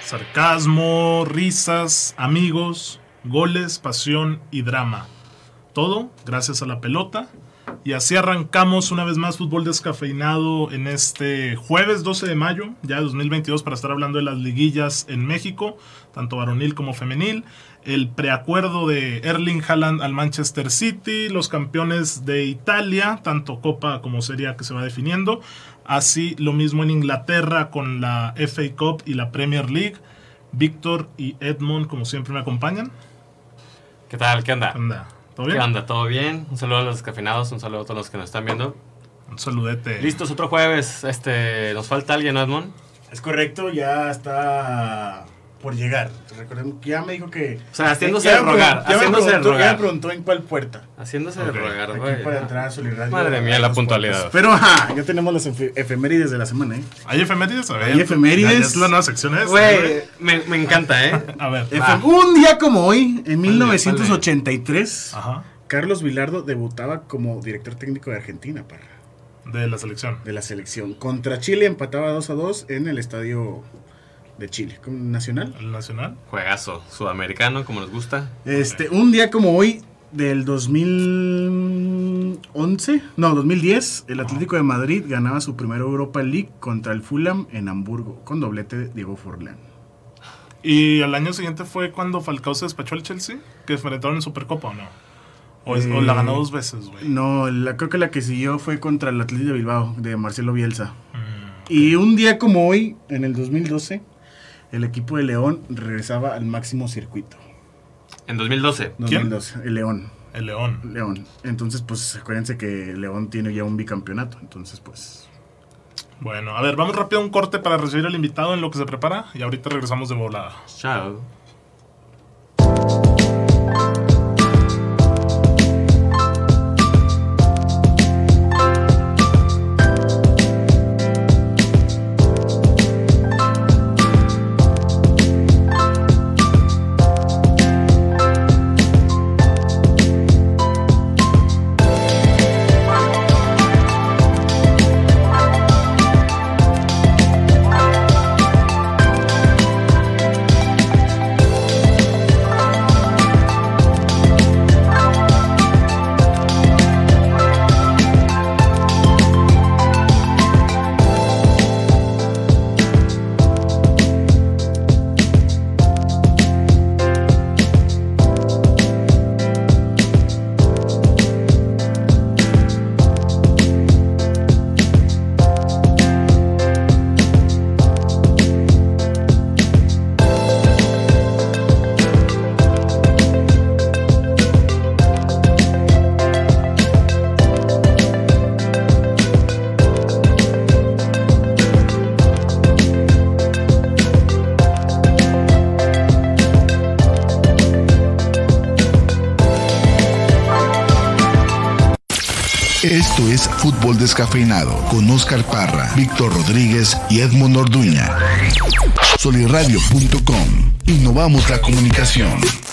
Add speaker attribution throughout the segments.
Speaker 1: Sarcasmo, risas, amigos, goles, pasión y drama. Todo gracias a la pelota. Y así arrancamos una vez más Fútbol Descafeinado en este jueves 12 de mayo, ya de 2022, para estar hablando de las liguillas en México, tanto varonil como femenil. El preacuerdo de Erling Haaland al Manchester City, los campeones de Italia, tanto Copa como Serie A que se va definiendo. Así lo mismo en Inglaterra con la FA Cup y la Premier League. Víctor y Edmond, como siempre, me acompañan.
Speaker 2: ¿Qué tal? ¿Qué onda?
Speaker 1: ¿Qué onda? ¿Todo bien?
Speaker 2: ¿Qué onda? ¿Todo bien? Un saludo a los descafeinados, un saludo a todos los que nos están viendo.
Speaker 1: Un saludete.
Speaker 2: Listos, otro jueves. Nos falta alguien, ¿no, Edmond?
Speaker 3: Es correcto, ya está por llegar. Recordemos que ya me dijo que...
Speaker 2: O sea, haciéndose de rogar.
Speaker 3: Ya me preguntó en cuál puerta.
Speaker 2: Haciéndose de rogar,
Speaker 3: Aquí
Speaker 2: güey.
Speaker 3: para entrar a Solirradio.
Speaker 2: Madre mía, la puntualidad.
Speaker 3: Pero ya tenemos las efemérides de la semana, ¿eh?
Speaker 1: ¿Hay efemérides? A ver.
Speaker 3: Hay efemérides.
Speaker 1: Ya es la nueva sección esta,
Speaker 2: Güey, me encanta, ¿eh?
Speaker 1: A ver.
Speaker 3: Un día como hoy, en 1983,
Speaker 1: Ajá.
Speaker 3: Carlos Vilardo debutaba como director técnico de Argentina,
Speaker 1: De la selección.
Speaker 3: de la selección. Contra Chile empataba 2-2 en el estadio de Chile, Nacional.
Speaker 1: ¿El Nacional?
Speaker 2: Juegazo, sudamericano, como nos gusta.
Speaker 3: Un día como hoy del 2010, el Atlético de Madrid ganaba su primera Europa League contra el Fulham en Hamburgo, con doblete de Diego Forlán.
Speaker 1: ¿Y al año siguiente fue cuando Falcao se despachó al Chelsea? ¿Que enfrentaron en Supercopa o no? ¿O la ganó dos veces, güey?
Speaker 3: No, creo que la que siguió fue contra el Atlético de Bilbao, de Marcelo Bielsa. Y un día como hoy, en el 2012, el equipo de León regresaba al máximo circuito.
Speaker 2: En 2012.
Speaker 3: 2012, el León.
Speaker 1: El León.
Speaker 3: León. Entonces, pues, acuérdense que León tiene ya un bicampeonato. Entonces, pues...
Speaker 1: Bueno, a ver, vamos rápido a un corte para recibir al invitado en lo que se prepara. Y ahorita regresamos de volada.
Speaker 2: Chao.
Speaker 4: Esto es Fútbol Descafeinado con Oscar Parra, Víctor Rodríguez y Edmond Orduña. Solirradio.com. Innovamos la comunicación.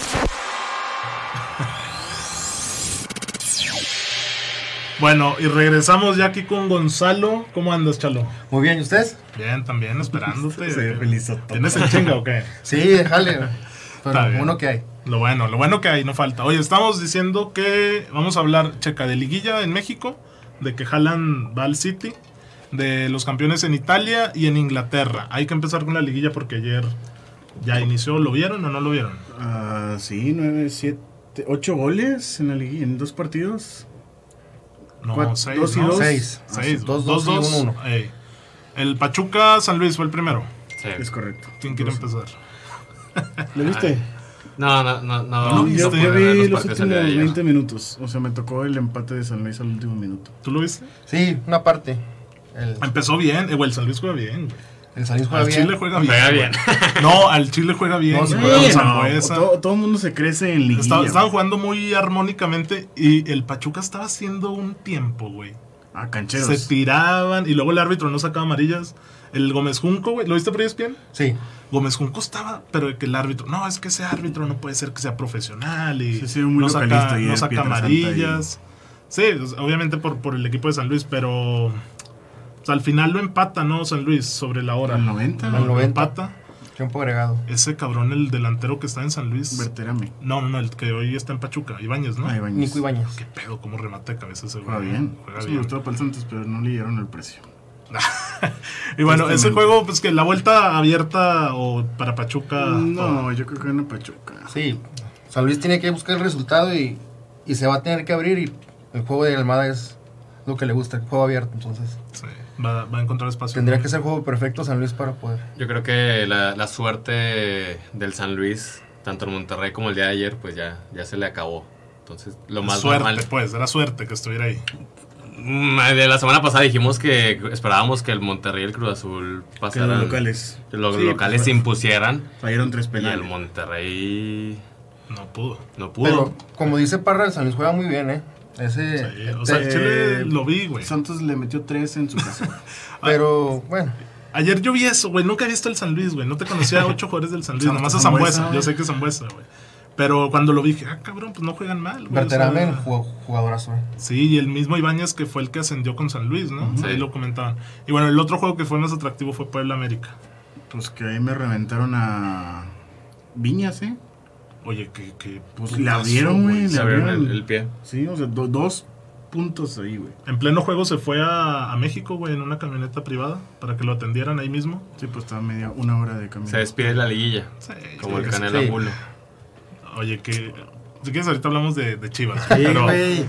Speaker 1: Bueno, y regresamos ya aquí con Gonzalo. ¿Cómo andas, Chalo?
Speaker 5: Muy bien, ¿y ustedes?
Speaker 1: Bien, también, esperándote.
Speaker 3: Se ve feliz.
Speaker 1: ¿Tienes el chinga o qué?
Speaker 5: Sí, déjale.
Speaker 1: Está bien.
Speaker 5: Pero uno que hay.
Speaker 1: Lo bueno que hay, no falta. Oye, estamos diciendo que vamos a hablar, checa, de liguilla en México, de que Haaland va al City, de los campeones en Italia y en Inglaterra. Hay que empezar con la liguilla porque ayer ya inició. ¿Lo vieron o no lo vieron?
Speaker 3: Sí, 9, 7, 8 goles en la liguilla, en 2 partidos.
Speaker 1: No, 6.
Speaker 3: 2 y 2.
Speaker 5: 6.
Speaker 1: 2, 1. El Pachuca San Luis fue el primero.
Speaker 2: Sí.
Speaker 3: Es correcto.
Speaker 1: ¿Quién quiere empezar?
Speaker 3: ¿Lo viste?
Speaker 2: No.
Speaker 3: Yo
Speaker 2: pude ver
Speaker 3: vi los
Speaker 2: partidos el día
Speaker 3: últimos
Speaker 2: de ayer.
Speaker 3: 20 minutos. O sea, me tocó el empate de San Luis al último minuto.
Speaker 1: ¿Tú lo viste?
Speaker 5: Sí, una parte.
Speaker 1: Empezó bien. El San Luis juega bien, güey.
Speaker 5: El San Luis juega
Speaker 1: Al
Speaker 5: bien.
Speaker 1: Chile juega bien.
Speaker 2: Juega bien.
Speaker 1: No, al Chile juega bien.
Speaker 5: No, sí
Speaker 1: güey.
Speaker 5: juega bien.
Speaker 1: Zambuesa.
Speaker 3: Todo el mundo se crece en liguilla.
Speaker 1: Estaban jugando muy armónicamente y el Pachuca estaba haciendo un tiempo, güey.
Speaker 3: Cancheros.
Speaker 1: Se tiraban y luego el árbitro no sacaba amarillas. El Gómez Junco, güey, ¿lo viste por ESPN?
Speaker 5: Sí.
Speaker 1: Gómez Junco estaba, pero que el árbitro, no, es que ese árbitro no puede ser que sea profesional y
Speaker 3: Sí, muy
Speaker 1: no
Speaker 3: localista
Speaker 1: saca,
Speaker 3: y
Speaker 1: no
Speaker 3: es
Speaker 1: saca
Speaker 3: Pietrasanta
Speaker 1: amarillas. Sí, obviamente por el equipo de San Luis, pero o sea, al final lo empata, ¿no? San Luis sobre la hora.
Speaker 3: Al 90.
Speaker 1: Lo
Speaker 5: Al 90.
Speaker 1: empata.
Speaker 5: Tiempo agregado.
Speaker 1: Ese cabrón, el delantero que está en San Luis.
Speaker 3: Berterame.
Speaker 1: No, el que hoy está en Pachuca. Ibáñez, ¿no?
Speaker 3: Ah, Ibáñez.
Speaker 5: Nico Ibáñez.
Speaker 1: Qué pedo, cómo remata de cabeza ese güey.
Speaker 3: Juega bien.
Speaker 1: Juega
Speaker 3: Eso
Speaker 1: bien.
Speaker 3: me gustaba para el Santos, pero no le dieron el precio.
Speaker 1: Y bueno, ese
Speaker 3: Justamente.
Speaker 1: juego, pues que la vuelta abierta o para Pachuca.
Speaker 3: No, yo creo que gana Pachuca.
Speaker 5: Sí, San Luis tiene que buscar el resultado y se va a tener que abrir. Y el juego de Almada es lo que le gusta, el juego abierto. Entonces,
Speaker 1: Sí, va a encontrar espacio.
Speaker 5: tendría que ser el juego perfecto San Luis para poder.
Speaker 2: Yo creo que la suerte del San Luis, tanto en Monterrey como el día de ayer, pues ya se le acabó. Entonces, lo más
Speaker 1: Suerte,
Speaker 2: normal.
Speaker 1: pues, era suerte que estuviera ahí.
Speaker 2: De la semana pasada dijimos que esperábamos que el Monterrey y el Cruz Azul
Speaker 3: Que
Speaker 2: pasaran.
Speaker 3: los locales.
Speaker 2: Que los
Speaker 3: Sí,
Speaker 2: locales
Speaker 3: pues,
Speaker 2: se impusieran.
Speaker 3: fallaron 3
Speaker 2: Y
Speaker 3: penales.
Speaker 2: el Monterrey
Speaker 1: No pudo.
Speaker 2: no pudo.
Speaker 5: Pero, como dice Parra, el San Luis juega muy bien, ¿eh? Ese,
Speaker 1: Sí, o sea, el Chile lo vi, güey.
Speaker 3: Santos le metió 3 en su casa.
Speaker 5: pero, bueno,
Speaker 1: Ayer yo vi eso, güey. Nunca he visto el San Luis, güey. No te conocía a 8 jugadores del San Luis.
Speaker 3: Santos
Speaker 1: Nomás a
Speaker 3: Zambuesa,
Speaker 1: Zambuesa. Yo
Speaker 3: güey.
Speaker 1: sé que es Zambuesa, güey. Pero cuando lo vi, dije, cabrón, pues no juegan mal, güey.
Speaker 5: Berterame,
Speaker 1: O sea,
Speaker 5: jugadorazo.
Speaker 1: sí, y el mismo Ibáñez que fue el que ascendió con San Luis, ¿no?
Speaker 2: Sí.
Speaker 1: Ahí lo comentaban. Y bueno, el otro juego que fue más atractivo fue Puebla América.
Speaker 3: Pues que ahí me reventaron a Viñas, ¿eh?
Speaker 1: Oye, que
Speaker 3: Pues le abrieron, güey.
Speaker 2: Se
Speaker 3: Le
Speaker 2: abrieron
Speaker 3: abrieron
Speaker 2: el pie.
Speaker 3: Sí, o sea, 2 puntos ahí, güey.
Speaker 1: En pleno juego se fue a México, güey, en una camioneta privada para que lo atendieran ahí mismo.
Speaker 3: Sí, pues estaba una hora de camino.
Speaker 2: Se despide la liguilla.
Speaker 1: Sí,
Speaker 2: Como
Speaker 1: sí,
Speaker 2: el
Speaker 1: que
Speaker 2: Canelo
Speaker 5: sí.
Speaker 2: Angulo.
Speaker 1: Oye, que si quieres ahorita hablamos de Chivas.
Speaker 5: Sí,
Speaker 1: pero
Speaker 5: güey.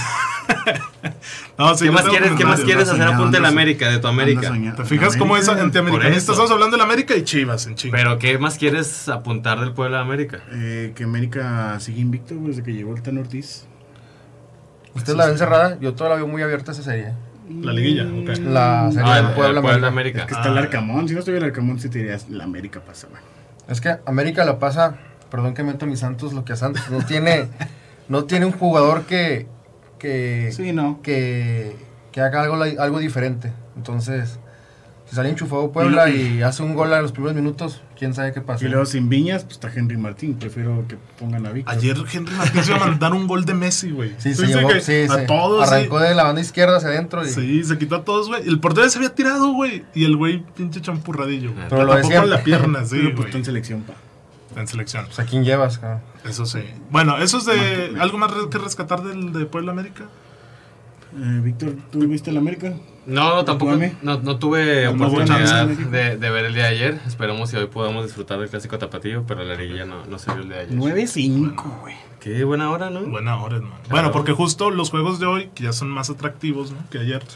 Speaker 1: no, sí,
Speaker 2: ¿Qué
Speaker 1: yo
Speaker 2: más
Speaker 1: tengo
Speaker 2: quieres,
Speaker 1: comentarios.
Speaker 2: quieres hacer?
Speaker 3: soñando,
Speaker 2: Apunte de la
Speaker 3: anda
Speaker 2: América, de tu América.
Speaker 1: ¿Te fijas cómo es antiamericanista?
Speaker 2: Por eso.
Speaker 1: Estamos hablando de la América y Chivas en chinga.
Speaker 2: Pero ¿qué más quieres apuntar del Puebla de América?
Speaker 3: Que América sigue invicto, güey, desde que llegó el Tan Ortiz.
Speaker 5: Usted la ven cerrada, yo todavía la veo muy abierta esa serie.
Speaker 1: La liguilla, ok.
Speaker 5: La serie del Puebla
Speaker 2: Puebla
Speaker 5: América.
Speaker 3: Es que
Speaker 2: América.
Speaker 3: está el Arcamón. Si no estuviera el Arcamón, sí te dirías, la América pasa, güey.
Speaker 5: Es que América la pasa, perdón que meto a mis Santos lo que a Santos. No tiene un jugador que
Speaker 3: Sí, no.
Speaker 5: que haga algo diferente. Entonces, si sale enchufado Puebla y hace un gol a los primeros minutos, quién sabe qué pasa.
Speaker 3: Y luego sin Viñas, pues está Henry Martín. Prefiero que pongan a Víctor.
Speaker 1: Ayer Henry Martín se iba a mandar un gol de Messi, güey.
Speaker 5: Sí,
Speaker 1: Tú
Speaker 5: se
Speaker 1: dices
Speaker 5: llevó,
Speaker 1: que
Speaker 5: sí,
Speaker 1: a todos,
Speaker 5: arrancó de la banda izquierda hacia adentro. Y,
Speaker 1: sí, se quitó a todos, güey. El portero se había tirado, güey. Y el güey, pinche champurradillo. Güey.
Speaker 5: Pero
Speaker 1: Le
Speaker 5: lo
Speaker 1: tapó
Speaker 5: decían.
Speaker 1: con la pierna, sí,
Speaker 3: Pero pues
Speaker 1: güey.
Speaker 3: está en selección, pa.
Speaker 1: Está en selección.
Speaker 5: pues, ¿a quién llevas, cabrón?
Speaker 1: Eso sí. Bueno, eso es de... ¿Algo más que rescatar de Puebla América?
Speaker 3: Víctor, ¿tú viste el América?
Speaker 2: No, tampoco.
Speaker 3: Jugame.
Speaker 2: No tuve
Speaker 3: No tuvo
Speaker 2: oportunidad
Speaker 3: chance,
Speaker 2: de ver el día de ayer. Esperemos si hoy podamos disfrutar del clásico tapatío, pero la liguilla no se vio el día de ayer.
Speaker 3: 9-5, güey.
Speaker 2: Qué buena hora, ¿no?
Speaker 1: Buena hora, hermano. Bueno, porque justo los juegos de hoy, que ya son más atractivos, ¿no? Que ayer,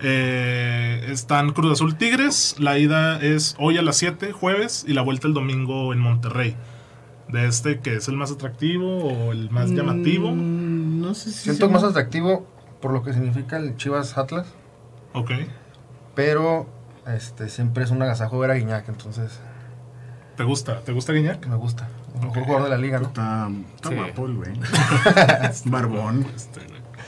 Speaker 1: están Cruz Azul Tigres. La ida es hoy a las 7, jueves, y la vuelta el domingo en Monterrey. De este, que es el más atractivo o el más llamativo.
Speaker 3: No sé si.
Speaker 5: Siento más atractivo por lo que significa el Chivas Atlas,
Speaker 1: Ok.
Speaker 5: pero siempre es un agasajo ver a Guiñac, entonces
Speaker 1: ¿Te gusta Guiñac?
Speaker 5: me gusta. El mejor jugador de la liga, ¿no?
Speaker 3: Está
Speaker 2: Sí.
Speaker 3: guapo el güey. Barbón.
Speaker 1: Este,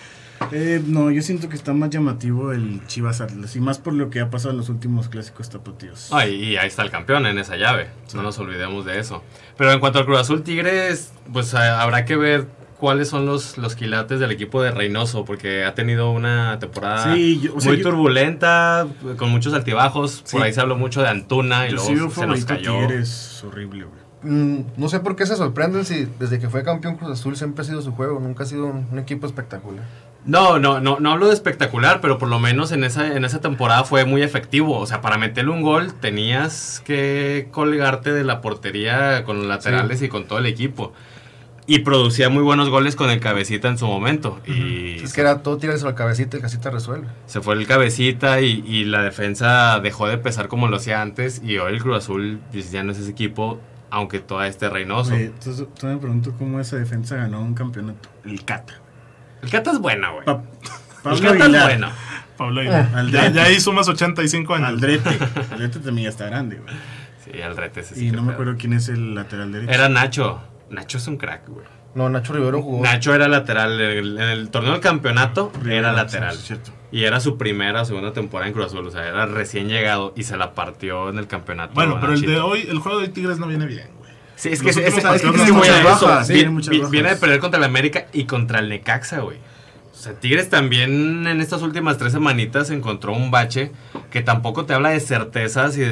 Speaker 3: No, yo siento que está más llamativo el Chivas Atlas. Y más por lo que ha pasado en los últimos clásicos tapatíos.
Speaker 2: Y ahí está el campeón en esa llave. No nos olvidemos de eso. Pero en cuanto al Cruz Azul Tigres, pues habrá que ver cuáles son los quilates del equipo de Reynoso, porque ha tenido una temporada
Speaker 3: Sí,
Speaker 2: muy turbulenta, con muchos altibajos.
Speaker 3: Sí.
Speaker 2: Por ahí se habló mucho de Antuna y
Speaker 3: Yo
Speaker 2: luego
Speaker 3: sí veo
Speaker 2: se nos
Speaker 3: favorito a
Speaker 2: cayó.
Speaker 3: Tigres. Horrible, güey.
Speaker 5: No sé por qué se sorprenden si desde que fue campeón Cruz Azul siempre ha sido su juego, nunca ha sido un equipo espectacular.
Speaker 2: No hablo de espectacular, pero por lo menos en esa temporada fue muy efectivo. O sea, para meterle un gol tenías que colgarte de la portería con los laterales y con todo el equipo. Y producía muy buenos goles con el Cabecita en su momento. Y
Speaker 5: Es que era todo tirarse a la cabecita y Cabecita resuelve.
Speaker 2: se fue el Cabecita y la defensa dejó de pesar como lo hacía antes. Y hoy el Cruz Azul pues, ya no es ese equipo, aunque todo esté Reynoso.
Speaker 3: Oye, entonces, tú me pregunto cómo esa defensa ganó un campeonato. El Cata.
Speaker 2: El Cata es buena, güey.
Speaker 3: Pa-
Speaker 2: El
Speaker 3: Pablo
Speaker 2: Cata es
Speaker 3: Aguilar.
Speaker 2: bueno.
Speaker 1: Pablo Aguilar.
Speaker 3: Aldrete.
Speaker 1: Ya ahí sumas 85 años.
Speaker 3: Aldrete. Aldrete también ya está grande, güey.
Speaker 2: Sí, al rete ese sí
Speaker 3: Y
Speaker 2: que
Speaker 3: no me
Speaker 2: pedo.
Speaker 3: acuerdo quién es el lateral derecho.
Speaker 2: Era Nacho. Nacho es un crack, güey.
Speaker 5: No, Nacho Rivero jugó.
Speaker 2: Nacho era lateral. En el torneo del campeonato era lateral.
Speaker 3: Sí, cierto.
Speaker 2: Y era su primera o segunda temporada en Cruz Azul. O sea, era recién llegado y se la partió en el campeonato.
Speaker 1: Bueno, pero el de
Speaker 2: Nachito.
Speaker 1: hoy, el juego de Tigres no viene bien, güey.
Speaker 2: Sí, es
Speaker 1: los
Speaker 2: que
Speaker 1: últimos
Speaker 2: es
Speaker 1: partidos
Speaker 2: que
Speaker 1: no
Speaker 2: muy
Speaker 1: son
Speaker 2: a
Speaker 3: muchas
Speaker 2: eso.
Speaker 3: bajas, tiene muchas
Speaker 2: Viene de
Speaker 3: bajas.
Speaker 2: perder contra el América y contra el Necaxa, güey. O sea, Tigres también en estas últimas 3 semanitas encontró un bache que tampoco te habla de certezas y de que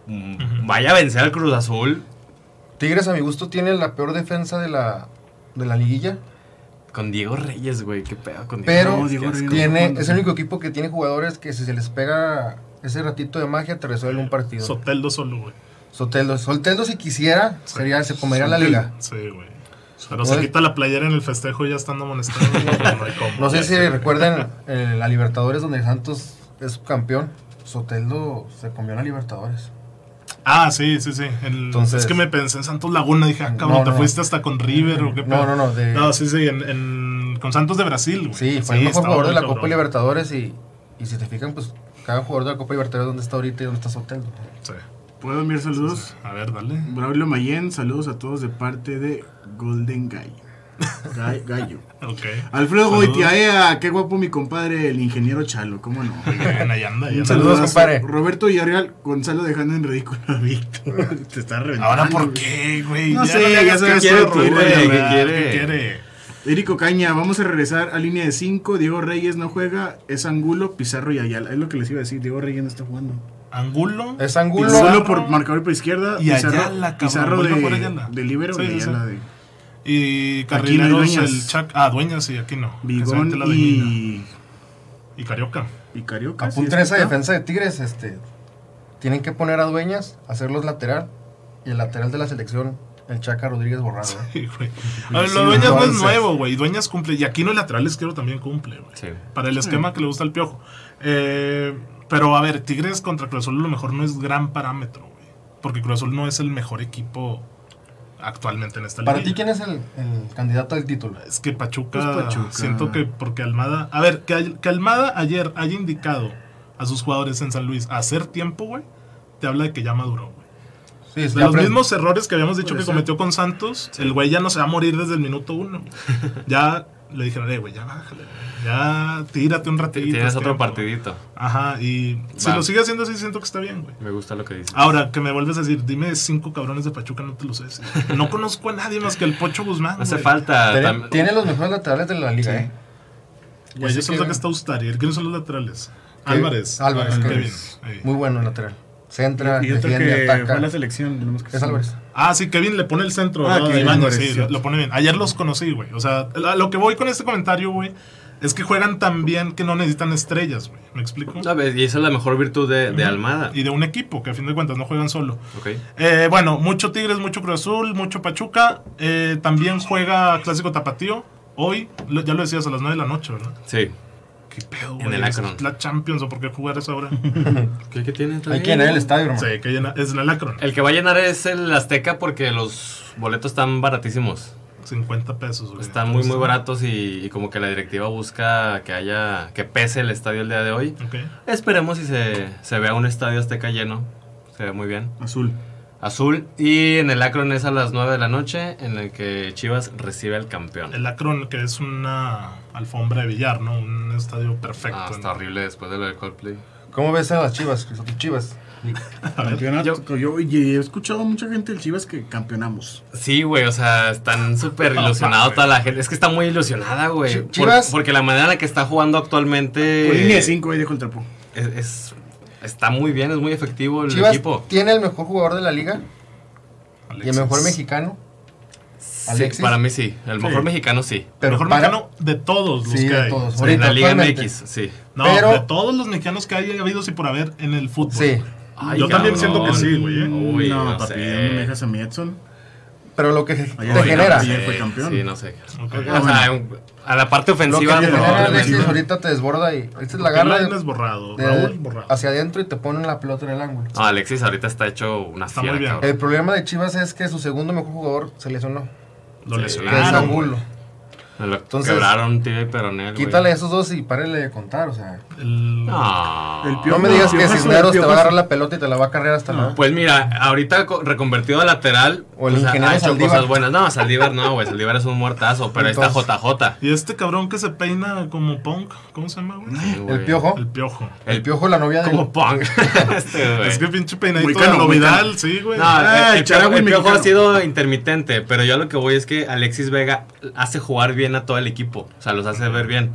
Speaker 2: vaya a vencer al Cruz Azul.
Speaker 5: Tigres, a mi gusto, tiene la peor defensa de la liguilla.
Speaker 2: Con Diego Reyes, güey, qué pedo con Diego
Speaker 5: Pero
Speaker 3: No, Diego Reyes
Speaker 5: es el único equipo que tiene jugadores que si se les pega ese ratito de magia, te resuelve un partido.
Speaker 1: Soteldo solo, güey.
Speaker 5: Soteldo si quisiera, se comería la liga.
Speaker 1: Sí, güey. Pero se quita la playera en el festejo y ya estando amonestado. No hay cómo.
Speaker 5: No sé si recuerdan la Libertadores donde Santos es campeón. Soteldo se comió la Libertadores.
Speaker 1: Ah, sí.
Speaker 5: Entonces,
Speaker 1: es que me pensé en Santos Laguna. Dije, cabrón, ¿te fuiste hasta con River o qué pedo?
Speaker 5: No.
Speaker 1: No, sí, con Santos de Brasil, güey.
Speaker 5: Sí, fue el mejor jugador de la
Speaker 1: cabrón.
Speaker 5: Copa Libertadores y si te fijan, pues cada jugador de la Copa Libertadores dónde está ahorita y dónde está Soteldo.
Speaker 1: Sí.
Speaker 3: ¿Puedo enviar saludos?
Speaker 1: A ver, dale.
Speaker 3: Braulio Mayen, saludos a todos de parte de Golden Gallo.
Speaker 1: Ok.
Speaker 3: Alfredo
Speaker 1: Saludos.
Speaker 3: Goitiaea, qué guapo mi compadre, el ingeniero Chalo, cómo no.
Speaker 1: Muy bien, ahí anda.
Speaker 3: Un
Speaker 5: Saludos,
Speaker 3: saludazo.
Speaker 5: compadre.
Speaker 3: Roberto Villarreal, Gonzalo dejando en ridículo a Víctor. Te está reventando.
Speaker 1: Ahora, ¿por qué, güey?
Speaker 3: No sé,
Speaker 1: le
Speaker 3: ya
Speaker 1: hagas
Speaker 3: sabes
Speaker 1: caso
Speaker 3: quiere
Speaker 1: a Roberto,
Speaker 3: Twitter,
Speaker 1: güey.
Speaker 2: ¿qué
Speaker 1: ¿Qué
Speaker 2: quiere?
Speaker 1: quiere?
Speaker 3: Érico Caña, vamos a regresar a línea de 5. Diego Reyes no juega, es Angulo, Pizarro y Ayala. Es lo que les iba a decir, Diego Reyes no está jugando.
Speaker 1: Angulo.
Speaker 5: Es Angulo.
Speaker 1: Pizarro.
Speaker 3: Solo por marcador por izquierda,
Speaker 1: Y
Speaker 3: Pizarro,
Speaker 1: Ayala, cabrón,
Speaker 3: Pizarro
Speaker 1: vuelve por Ayala.
Speaker 3: de libero
Speaker 1: Sí,
Speaker 3: y
Speaker 1: sí,
Speaker 3: Ayala
Speaker 1: sí.
Speaker 3: de
Speaker 1: Y
Speaker 3: Aquí no hay
Speaker 1: Carrileros,
Speaker 3: Dueñas.
Speaker 1: el Chac. Ah, Dueñas, sí, aquí no.
Speaker 3: Bigón
Speaker 1: Excelente la Avenida. Y Carioca.
Speaker 3: y Carioca.
Speaker 5: Apunten
Speaker 3: ¿sí
Speaker 5: esa
Speaker 3: está?
Speaker 5: defensa de Tigres, tienen que poner a Dueñas, hacerlos lateral y el lateral de la selección, el Chaca Rodríguez borrado.
Speaker 1: Sí, güey. A ver, lo de Dueñas no es
Speaker 5: Entonces.
Speaker 1: nuevo, güey. Dueñas cumple. Y aquí no el lateral izquierdo también cumple, güey.
Speaker 2: Sí.
Speaker 1: Para el esquema que le gusta al Piojo. Pero a ver, Tigres contra Cruz Azul a lo mejor no es gran parámetro, güey. Porque Cruz Azul no es el mejor equipo actualmente en esta liga.
Speaker 5: Para ti, ¿quién es el candidato al título?
Speaker 1: Es que Pachuca,
Speaker 3: Pues Pachuca.
Speaker 1: siento que porque Almada... A ver, que Almada ayer haya indicado a sus jugadores en San Luis a hacer tiempo, güey, te habla de que ya maduró, güey.
Speaker 5: Sí,
Speaker 1: De
Speaker 5: ya
Speaker 1: los
Speaker 5: aprende.
Speaker 1: mismos errores que habíamos dicho
Speaker 3: Puede
Speaker 1: que
Speaker 3: ser.
Speaker 1: cometió con Santos, el güey ya no se va a morir desde el minuto 1. Ya le dijeron, güey, ya bájale, güey. Ya tírate un ratito.
Speaker 2: Tienes otro
Speaker 1: tiempo".
Speaker 2: partidito.
Speaker 1: Ajá, y si
Speaker 2: Va.
Speaker 1: lo sigue haciendo así, siento que está bien, güey.
Speaker 2: Me gusta lo que dices.
Speaker 1: Ahora, que me vuelves a decir, dime 5 cabrones de Pachuca, no te lo sé decir. No conozco a nadie más que el Pocho Guzmán,
Speaker 2: No hace
Speaker 1: güey.
Speaker 2: falta.
Speaker 5: Tiene los mejores laterales de la liga,
Speaker 3: Sí.
Speaker 1: Güey, yo
Speaker 5: Así
Speaker 1: solo sé
Speaker 5: que-
Speaker 1: que está Ustari. ¿Quiénes son los laterales?
Speaker 5: Que-
Speaker 1: Álvarez.
Speaker 5: Álvarez,
Speaker 1: Ah,
Speaker 5: Kevin.
Speaker 1: Kevin. Ahí.
Speaker 5: Muy bueno el lateral. Centra,
Speaker 3: Y otro
Speaker 5: defiende,
Speaker 3: que fue a
Speaker 5: ataca.
Speaker 3: la selección. tenemos que
Speaker 5: Es Álvarez.
Speaker 1: Ah, sí, Kevin le pone el centro.
Speaker 3: Ah,
Speaker 1: ¿verdad?
Speaker 3: Kevin
Speaker 1: Ibáñez,
Speaker 3: Álvarez,
Speaker 1: sí,
Speaker 3: cierto.
Speaker 1: lo pone bien. Ayer los conocí, güey. O sea, lo que voy con este comentario, güey, es que juegan tan bien que no necesitan estrellas, güey. ¿Me explico?
Speaker 2: ¿Sabes? Y esa es la mejor virtud de Almada.
Speaker 1: Y de un equipo que a fin de cuentas no juegan solo.
Speaker 2: Ok.
Speaker 1: Bueno, mucho Tigres, mucho Cruz Azul, mucho Pachuca. También juega Clásico Tapatío. Hoy, ya lo decías, a las 9 de la noche, ¿verdad?
Speaker 2: Sí.
Speaker 1: ¿Qué pedo, güey?
Speaker 2: En el Akron.
Speaker 1: ¿Es la Champions o por qué jugar a esa hora?
Speaker 2: ¿Qué tiene?
Speaker 5: Hay que llenar el estadio, hermano.
Speaker 1: Sí, que es en el Akron.
Speaker 2: El que va a llenar es el Azteca porque los boletos están baratísimos.
Speaker 1: 50 pesos, güey.
Speaker 2: Están muy baratos y como que la directiva busca que pese el estadio el día de hoy.
Speaker 1: Ok.
Speaker 2: Esperemos si se vea un estadio Azteca lleno. Se ve muy bien.
Speaker 3: Azul.
Speaker 2: Azul. Y en el Akron es a las 9 de la noche en el que Chivas recibe al campeón.
Speaker 1: El Akron, que es una alfombra de billar, ¿no? Un estadio perfecto.
Speaker 2: Ah, está horrible después de lo de Coldplay.
Speaker 5: ¿Cómo ves a las Chivas? A tus Chivas.
Speaker 3: Campeonato. Yo he escuchado a mucha gente del Chivas que campeonamos.
Speaker 2: Sí, güey, o sea, están súper ilusionados toda la gente. Es que está muy ilusionada, güey.
Speaker 5: Chivas-
Speaker 2: Porque la manera en la que está jugando actualmente
Speaker 3: Por línea de 5 ahí dejo el trapo.
Speaker 2: está muy bien, es muy efectivo el
Speaker 5: Chivas
Speaker 2: equipo.
Speaker 5: tiene el mejor jugador de la liga y
Speaker 1: Alexis.
Speaker 5: el mejor mexicano.
Speaker 2: Sí,
Speaker 5: Alexis.
Speaker 2: para mí sí, el mejor
Speaker 1: Sí.
Speaker 2: mexicano sí.
Speaker 1: El
Speaker 5: Pero
Speaker 1: mejor
Speaker 5: para-
Speaker 1: mexicano de todos los
Speaker 5: Sí,
Speaker 1: que
Speaker 5: de
Speaker 1: hay.
Speaker 5: todos.
Speaker 1: Sí.
Speaker 2: En la Liga
Speaker 5: actualmente.
Speaker 2: MX, sí.
Speaker 1: No,
Speaker 5: Pero-
Speaker 1: de todos los mexicanos que hay habidos y por haber en el fútbol.
Speaker 5: Sí.
Speaker 1: güey.
Speaker 2: Ay,
Speaker 1: Yo también
Speaker 2: cabrón.
Speaker 1: siento que sí, güey.
Speaker 2: Uy,
Speaker 3: no,
Speaker 2: no
Speaker 3: papi,
Speaker 2: sé.
Speaker 3: ¿dónde me dejas a mi Edson?
Speaker 5: Pero lo que te
Speaker 3: Ayer
Speaker 2: Uy,
Speaker 5: genera.
Speaker 2: no
Speaker 3: Ayer
Speaker 2: sé,
Speaker 3: fue campeón.
Speaker 2: Sí, no sé.
Speaker 1: Ok.
Speaker 2: O sea, a la parte
Speaker 5: Lo que
Speaker 2: ofensiva
Speaker 5: te genera
Speaker 2: probablemente.
Speaker 5: Alexis ahorita te desborda y esta es la
Speaker 1: Porque
Speaker 5: garra
Speaker 1: Lainez borrado,
Speaker 5: de-
Speaker 1: Raúl borrado.
Speaker 5: hacia adentro y te ponen la pelota en el ángulo.
Speaker 2: No, Alexis ahorita está hecho una
Speaker 1: Está
Speaker 2: fiera,
Speaker 1: muy bien.
Speaker 2: cabrón.
Speaker 5: El problema de Chivas es que su segundo mejor jugador se lesionó.
Speaker 1: Lo
Speaker 2: Sí.
Speaker 5: Que es
Speaker 1: lesionaron.
Speaker 5: Angulo.
Speaker 2: Me lo
Speaker 5: Entonces,
Speaker 2: quebraron tibia y peronel, güey.
Speaker 5: Quítale esos dos y párele de contar, o sea.
Speaker 2: No.
Speaker 3: El
Speaker 5: No
Speaker 3: Piojo-
Speaker 5: me digas que
Speaker 3: Piojazo,
Speaker 5: Cisneros te va a
Speaker 3: Piojazo.
Speaker 5: agarrar la pelota y te la va a cargar hasta la...
Speaker 2: Pues mira, ahorita reconvertido a lateral,
Speaker 5: O el
Speaker 2: pues,
Speaker 5: ingeniero
Speaker 2: ha hecho
Speaker 5: Saldívar.
Speaker 2: cosas buenas. No, Saldívar no, güey. Saldívar es un muertazo, pero ahí está
Speaker 5: Entonces-
Speaker 2: JJ.
Speaker 1: Y este cabrón que se peina como punk, ¿cómo se llama, güey?
Speaker 2: Sí, güey.
Speaker 5: El Piojo.
Speaker 1: El piojo.
Speaker 5: El Piojo, la novia de...
Speaker 2: Como punk. Este, güey.
Speaker 1: Es que pinche peinadito
Speaker 3: Muy
Speaker 1: de
Speaker 3: cano, muy
Speaker 1: novedad,
Speaker 3: cano.
Speaker 1: sí, güey.
Speaker 2: No,
Speaker 3: Ah,
Speaker 2: el
Speaker 3: el Charagüe
Speaker 2: Piojo
Speaker 3: mexicano.
Speaker 2: ha sido intermitente, pero yo a lo que voy es que Alexis Vega hace jugar bien a todo el equipo. O sea, los hace ver bien.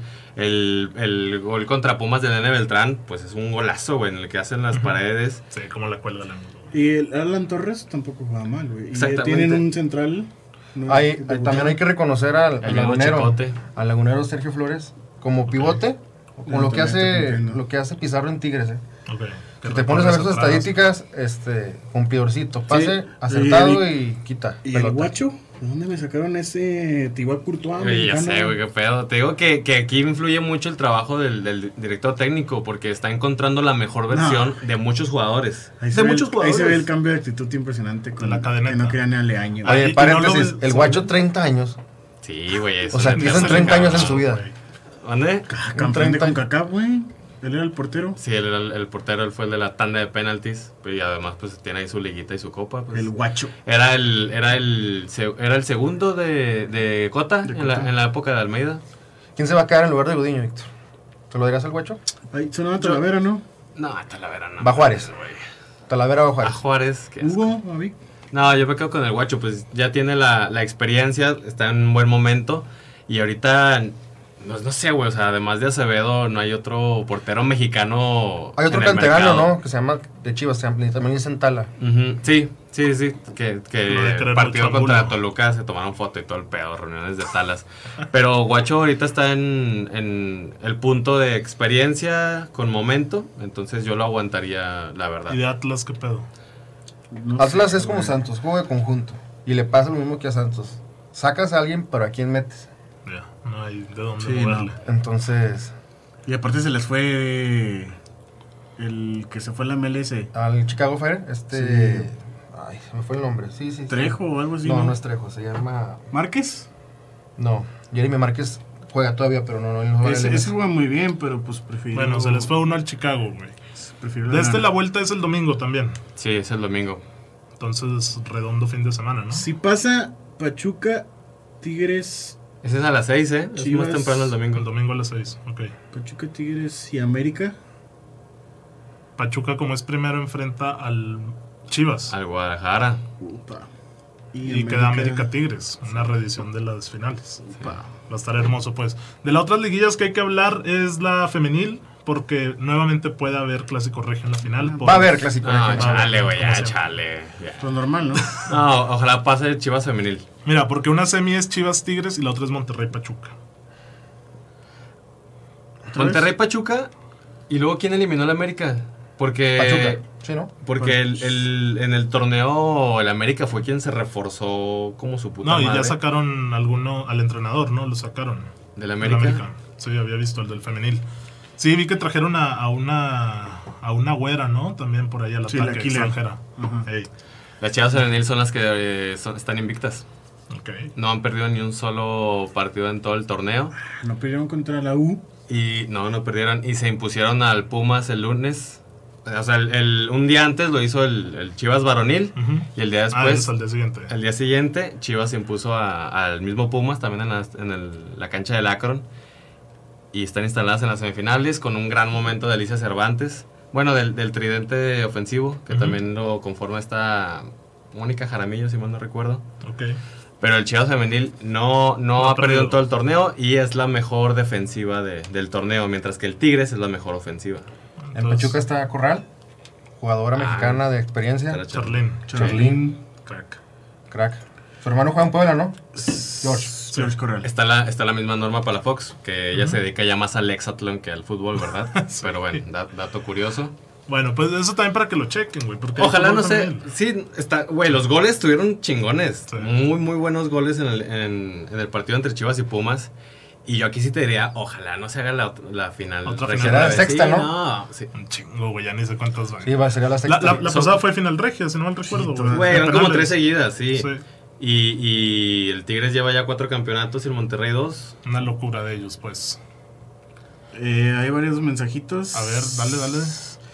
Speaker 2: El gol contra Pumas de Nene Beltrán, pues es un golazo, güey, en el que hacen las paredes.
Speaker 1: Sí, como la cuelga la ángulo, güey.
Speaker 3: Y el Alan Torres tampoco juega mal, güey. Y
Speaker 2: Exactamente.
Speaker 3: tienen un central. ¿no?
Speaker 5: También hay que reconocer al
Speaker 2: El
Speaker 5: lagunero.
Speaker 2: Chicote.
Speaker 5: Al lagunero Sergio Flores como pivote. Con lo que
Speaker 3: También.
Speaker 5: hace Pizarro en Tigres,
Speaker 1: Ok.
Speaker 5: Si te pones a ver sus estadísticas, cumplidorcito, pase, acertado y quita.
Speaker 3: ¿Y
Speaker 5: pelota.
Speaker 3: el Guacho? ¿De dónde me sacaron ese Thibaut Courtois?
Speaker 2: Oye, ya
Speaker 3: mexicano?
Speaker 2: sé, güey, qué pedo. Te digo que aquí influye mucho el trabajo del director técnico porque está encontrando la mejor versión de muchos jugadores.
Speaker 3: Ahí
Speaker 2: De muchos
Speaker 3: ahí
Speaker 2: jugadores.
Speaker 3: se ve el cambio de actitud impresionante con
Speaker 1: la cadeneta.
Speaker 3: que no querían ni a Leaño.
Speaker 1: Ay,
Speaker 5: Oye,
Speaker 1: y
Speaker 5: paréntesis,
Speaker 1: no lo ves-
Speaker 5: el Guacho 30 años.
Speaker 2: Sí, güey.
Speaker 5: O sea,
Speaker 2: neta,
Speaker 5: tienen 30 años en su vida.
Speaker 1: güey.
Speaker 2: ¿Dónde?
Speaker 3: Campeón de
Speaker 5: 30.
Speaker 3: CONCACAF, güey. Él era el portero.
Speaker 2: Sí, él era el portero, él fue el de la tanda de penaltis. Y además, pues tiene ahí su liguita y su copa. Pues.
Speaker 3: El Guacho.
Speaker 2: Era el segundo de Cota,
Speaker 3: De
Speaker 2: en la época de Almeida.
Speaker 5: ¿Quién se va a quedar en lugar de Gudiño, Víctor? ¿Te lo dirás al Guacho?
Speaker 3: Ahí sonaba Talavera, ¿no?
Speaker 2: No, Talavera no.
Speaker 5: Va Juárez.
Speaker 2: güey.
Speaker 5: Talavera o
Speaker 2: A
Speaker 5: Juárez.
Speaker 2: Juárez. qué asco.
Speaker 3: Hugo, Avic.
Speaker 2: No, yo me quedo con el Guacho, pues ya tiene la experiencia, está en un buen momento. Y ahorita, no sé, güey, o sea, además de Acevedo, no hay otro portero mexicano.
Speaker 5: Hay otro
Speaker 2: en el
Speaker 5: canterano,
Speaker 2: mercado.
Speaker 5: ¿no? Que se llama de Chivas, también es en Tala.
Speaker 2: Ujú, sí, que
Speaker 1: Lo de querer
Speaker 2: partido
Speaker 1: mucho
Speaker 2: contra
Speaker 1: ángulo.
Speaker 2: Toluca se tomaron foto y todo el pedo, reuniones de salas. Pero Guacho ahorita está en el punto de experiencia con momento, entonces yo lo aguantaría, la verdad.
Speaker 1: ¿Y de Atlas qué pedo?
Speaker 3: No
Speaker 5: Atlas
Speaker 3: sé,
Speaker 5: es como
Speaker 3: güey.
Speaker 5: Santos, juego de conjunto. Y le pasa lo mismo que a Santos. Sacas a alguien, pero ¿a quién metes?
Speaker 1: Ya, no hay de dónde
Speaker 3: Sí,
Speaker 1: moverle.
Speaker 5: Entonces,
Speaker 3: Y aparte se les fue el que se fue a la MLS.
Speaker 5: al Chicago Fire,
Speaker 3: Sí.
Speaker 5: Ay, se me fue el nombre. Sí.
Speaker 3: Trejo o algo así.
Speaker 5: No, no es Trejo, se llama...
Speaker 3: ¿Márquez?
Speaker 5: No, Jeremy Márquez juega todavía, pero no juega en el
Speaker 3: Ese
Speaker 5: MLS.
Speaker 3: juega muy bien, pero pues prefirió.
Speaker 1: Bueno, se les fue uno al Chicago, güey.
Speaker 3: prefirió
Speaker 1: De la vuelta es el domingo también.
Speaker 2: Sí, es el domingo.
Speaker 1: Entonces, redondo fin de semana, ¿no?
Speaker 3: Si pasa Pachuca, Tigres,
Speaker 2: Ese es a las 6, ¿eh? Es
Speaker 3: Chivas.
Speaker 2: más temprano el domingo.
Speaker 1: El domingo a las 6, ok.
Speaker 3: Pachuca, Tigres y América.
Speaker 1: Pachuca, como es primero, enfrenta al Chivas.
Speaker 2: Al Guadalajara.
Speaker 3: Upa.
Speaker 1: Y queda América Tigres, una reedición de las finales.
Speaker 3: Upa.
Speaker 1: Va a estar hermoso, pues. De las otras liguillas que hay que hablar es la femenil, porque nuevamente puede haber clásico regio en la final.
Speaker 5: Va a haber clásico.
Speaker 2: No,
Speaker 5: regio.
Speaker 2: chale, güey, ya,
Speaker 1: como siempre.
Speaker 2: chale. ya.
Speaker 3: Pues normal, ¿no?
Speaker 2: No, ojalá pase Chivas femenil.
Speaker 1: Mira, porque una semi es Chivas Tigres y la otra es Monterrey Pachuca.
Speaker 2: Monterrey Pachuca. Y luego, ¿quién eliminó a la América? Porque.
Speaker 5: Pachuca, ¿sí, no?
Speaker 2: Porque en el torneo el América fue quien se reforzó como su puta
Speaker 1: No, y
Speaker 2: madre.
Speaker 1: ya sacaron al entrenador, ¿no? Lo sacaron.
Speaker 2: ¿Del
Speaker 1: Del
Speaker 2: América?
Speaker 1: Sí, había visto el del femenil. Sí, vi que trajeron a una güera, ¿no? También por ahí al
Speaker 3: Sí, la
Speaker 1: ataque
Speaker 3: killer.
Speaker 1: extranjera.
Speaker 3: Ajá.
Speaker 1: Ey,
Speaker 2: Las Chivas femenil son las que están invictas.
Speaker 1: ok.
Speaker 2: No han perdido ni un solo partido en todo el torneo.
Speaker 3: No perdieron contra la U.
Speaker 2: Y no perdieron. Y se impusieron al Pumas el lunes. O sea, un día antes lo hizo el Chivas varonil.
Speaker 1: Ujú.
Speaker 2: Y el día
Speaker 1: Es
Speaker 2: después,
Speaker 1: al día siguiente.
Speaker 2: el día siguiente, Chivas se impuso al mismo Pumas también la cancha del Akron. Y están instaladas en las semifinales con un gran momento de Alicia Cervantes. Bueno, del tridente ofensivo, que
Speaker 1: Ujú.
Speaker 2: también lo conforma esta Mónica Jaramillo, si mal no recuerdo.
Speaker 1: Ok.
Speaker 2: Pero el Chivas femenil no ha perdido en todo el torneo y es la mejor defensiva del torneo, mientras que el Tigres es la mejor ofensiva.
Speaker 5: En
Speaker 1: Entonces,
Speaker 5: Pachuca está Corral, jugadora mexicana de experiencia.
Speaker 2: Estará
Speaker 1: Charlene.
Speaker 5: Charlene,
Speaker 1: Crack.
Speaker 5: crack. Su hermano juega en Puebla, ¿no? George.
Speaker 3: George Corral.
Speaker 2: Está la misma norma para la Fox, que ella se dedica ya más al hexatlón que al fútbol, ¿verdad?
Speaker 1: Sí.
Speaker 2: Pero bueno, dato curioso.
Speaker 1: Bueno, pues eso también para que lo chequen, güey. porque
Speaker 2: Ojalá,
Speaker 1: hay
Speaker 2: no
Speaker 1: fútbol
Speaker 2: sé.
Speaker 1: también.
Speaker 2: Sí, güey, los goles estuvieron chingones.
Speaker 1: Sí.
Speaker 2: Muy, muy buenos goles en el partido entre Chivas y Pumas. Y yo aquí sí te diría, ojalá no se haga la final.
Speaker 1: Otra
Speaker 2: regia
Speaker 1: final.
Speaker 2: otra
Speaker 5: Será
Speaker 2: vez.
Speaker 5: sexta,
Speaker 2: Sí,
Speaker 5: ¿no?
Speaker 2: Sí.
Speaker 1: Un chingo, güey. Ya ni sé cuántas van.
Speaker 5: Sí, sería la sexta.
Speaker 1: La
Speaker 2: Son-
Speaker 1: pasada fue final regia, si no mal recuerdo.
Speaker 3: todas.
Speaker 2: Güey, eran
Speaker 1: De
Speaker 2: como
Speaker 1: penales.
Speaker 2: 3 seguidas, sí.
Speaker 1: Sí.
Speaker 2: Y el Tigres lleva ya 4 campeonatos y el Monterrey 2.
Speaker 1: Una locura de ellos, pues.
Speaker 3: Hay varios mensajitos.
Speaker 1: A ver, dale.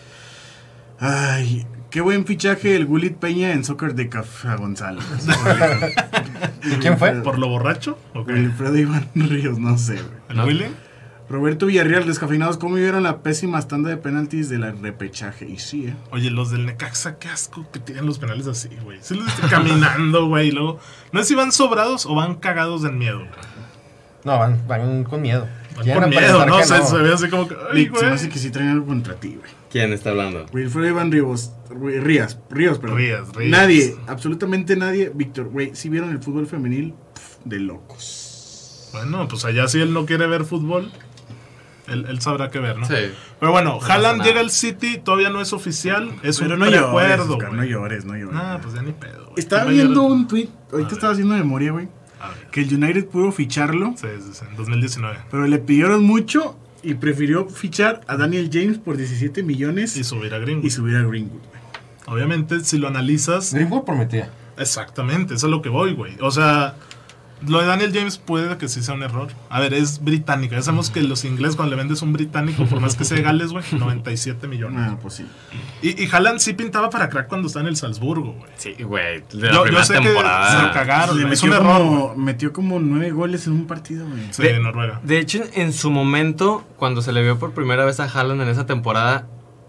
Speaker 3: Ay, qué buen fichaje el Gulit Peña en Soccer de Café González.
Speaker 5: ¿Y quién fue?
Speaker 1: ¿Por lo borracho? Ok.
Speaker 3: Wilfredo Iván Ríos, no sé, güey.
Speaker 1: ¿El
Speaker 2: No.
Speaker 1: Willy?
Speaker 3: Roberto Villarreal, descafeinados, ¿cómo vieron la pésima tanda de penaltis de la repechaje? Y sí,
Speaker 1: Oye, los del Necaxa, qué asco que tienen los penales así, güey. Sí los estoy caminando, güey. Y luego, no sé si van sobrados o van cagados del miedo, güey.
Speaker 5: No, van con miedo.
Speaker 1: Van
Speaker 5: Quieren
Speaker 1: con miedo,
Speaker 5: aparentar
Speaker 1: ¿no?
Speaker 5: que
Speaker 1: Se ve así como que, ay,
Speaker 3: Se me hace
Speaker 1: güey.
Speaker 3: que sí traen algo contra ti, güey.
Speaker 2: ¿Quién está hablando?
Speaker 3: Wilfredo Iván Ríos, perdón.
Speaker 1: Ríos.
Speaker 3: Nadie, absolutamente nadie. Víctor, güey, si vieron el fútbol femenil, de locos.
Speaker 1: Bueno, pues allá si él no quiere ver fútbol, él sabrá qué ver, ¿no?
Speaker 2: Sí.
Speaker 1: Pero bueno,
Speaker 2: No pasa
Speaker 1: Haaland
Speaker 2: nada.
Speaker 1: llega al City, todavía no es oficial, es
Speaker 3: Pero
Speaker 1: un
Speaker 3: no
Speaker 1: preacuerdo,
Speaker 3: llores, Oscar, no
Speaker 1: güey.
Speaker 3: llores.
Speaker 1: Nah, pues ya ni pedo, güey.
Speaker 3: Estaba
Speaker 1: ¿Quién va a
Speaker 3: viendo
Speaker 1: llorar?
Speaker 3: un tweet, ahorita estaba haciendo memoria, güey,
Speaker 1: A ver.
Speaker 3: que el United pudo ficharlo,
Speaker 1: Sí, en 2019.
Speaker 3: pero le pidieron mucho y prefirió fichar a Daniel James por 17 millones
Speaker 1: Y subir a Greenwood.
Speaker 3: y subir a Greenwood, güey.
Speaker 1: Obviamente, si lo analizas,
Speaker 5: Greenwood prometía.
Speaker 1: exactamente, eso es lo que voy, güey. O sea, lo de Daniel James puede que sí sea un error. A ver, es británica. Ya sabemos que los ingleses cuando le vendes un británico, por más que sea de Gales, güey, 97 millones.
Speaker 3: Ah, pues sí.
Speaker 1: Y Haaland sí pintaba para crack cuando estaba en el Salzburgo, güey.
Speaker 2: Sí, güey. De la
Speaker 1: Yo
Speaker 2: primera
Speaker 1: sé que se lo
Speaker 2: temporada.
Speaker 1: cagaron,
Speaker 3: Le
Speaker 1: es un
Speaker 3: metió
Speaker 1: error,
Speaker 3: como,
Speaker 1: güey.
Speaker 3: metió como 9 goles en un partido, güey.
Speaker 1: Sí,
Speaker 2: De-
Speaker 1: Noruega.
Speaker 2: De hecho, en su momento, cuando se le vio por primera vez a Haaland en esa temporada,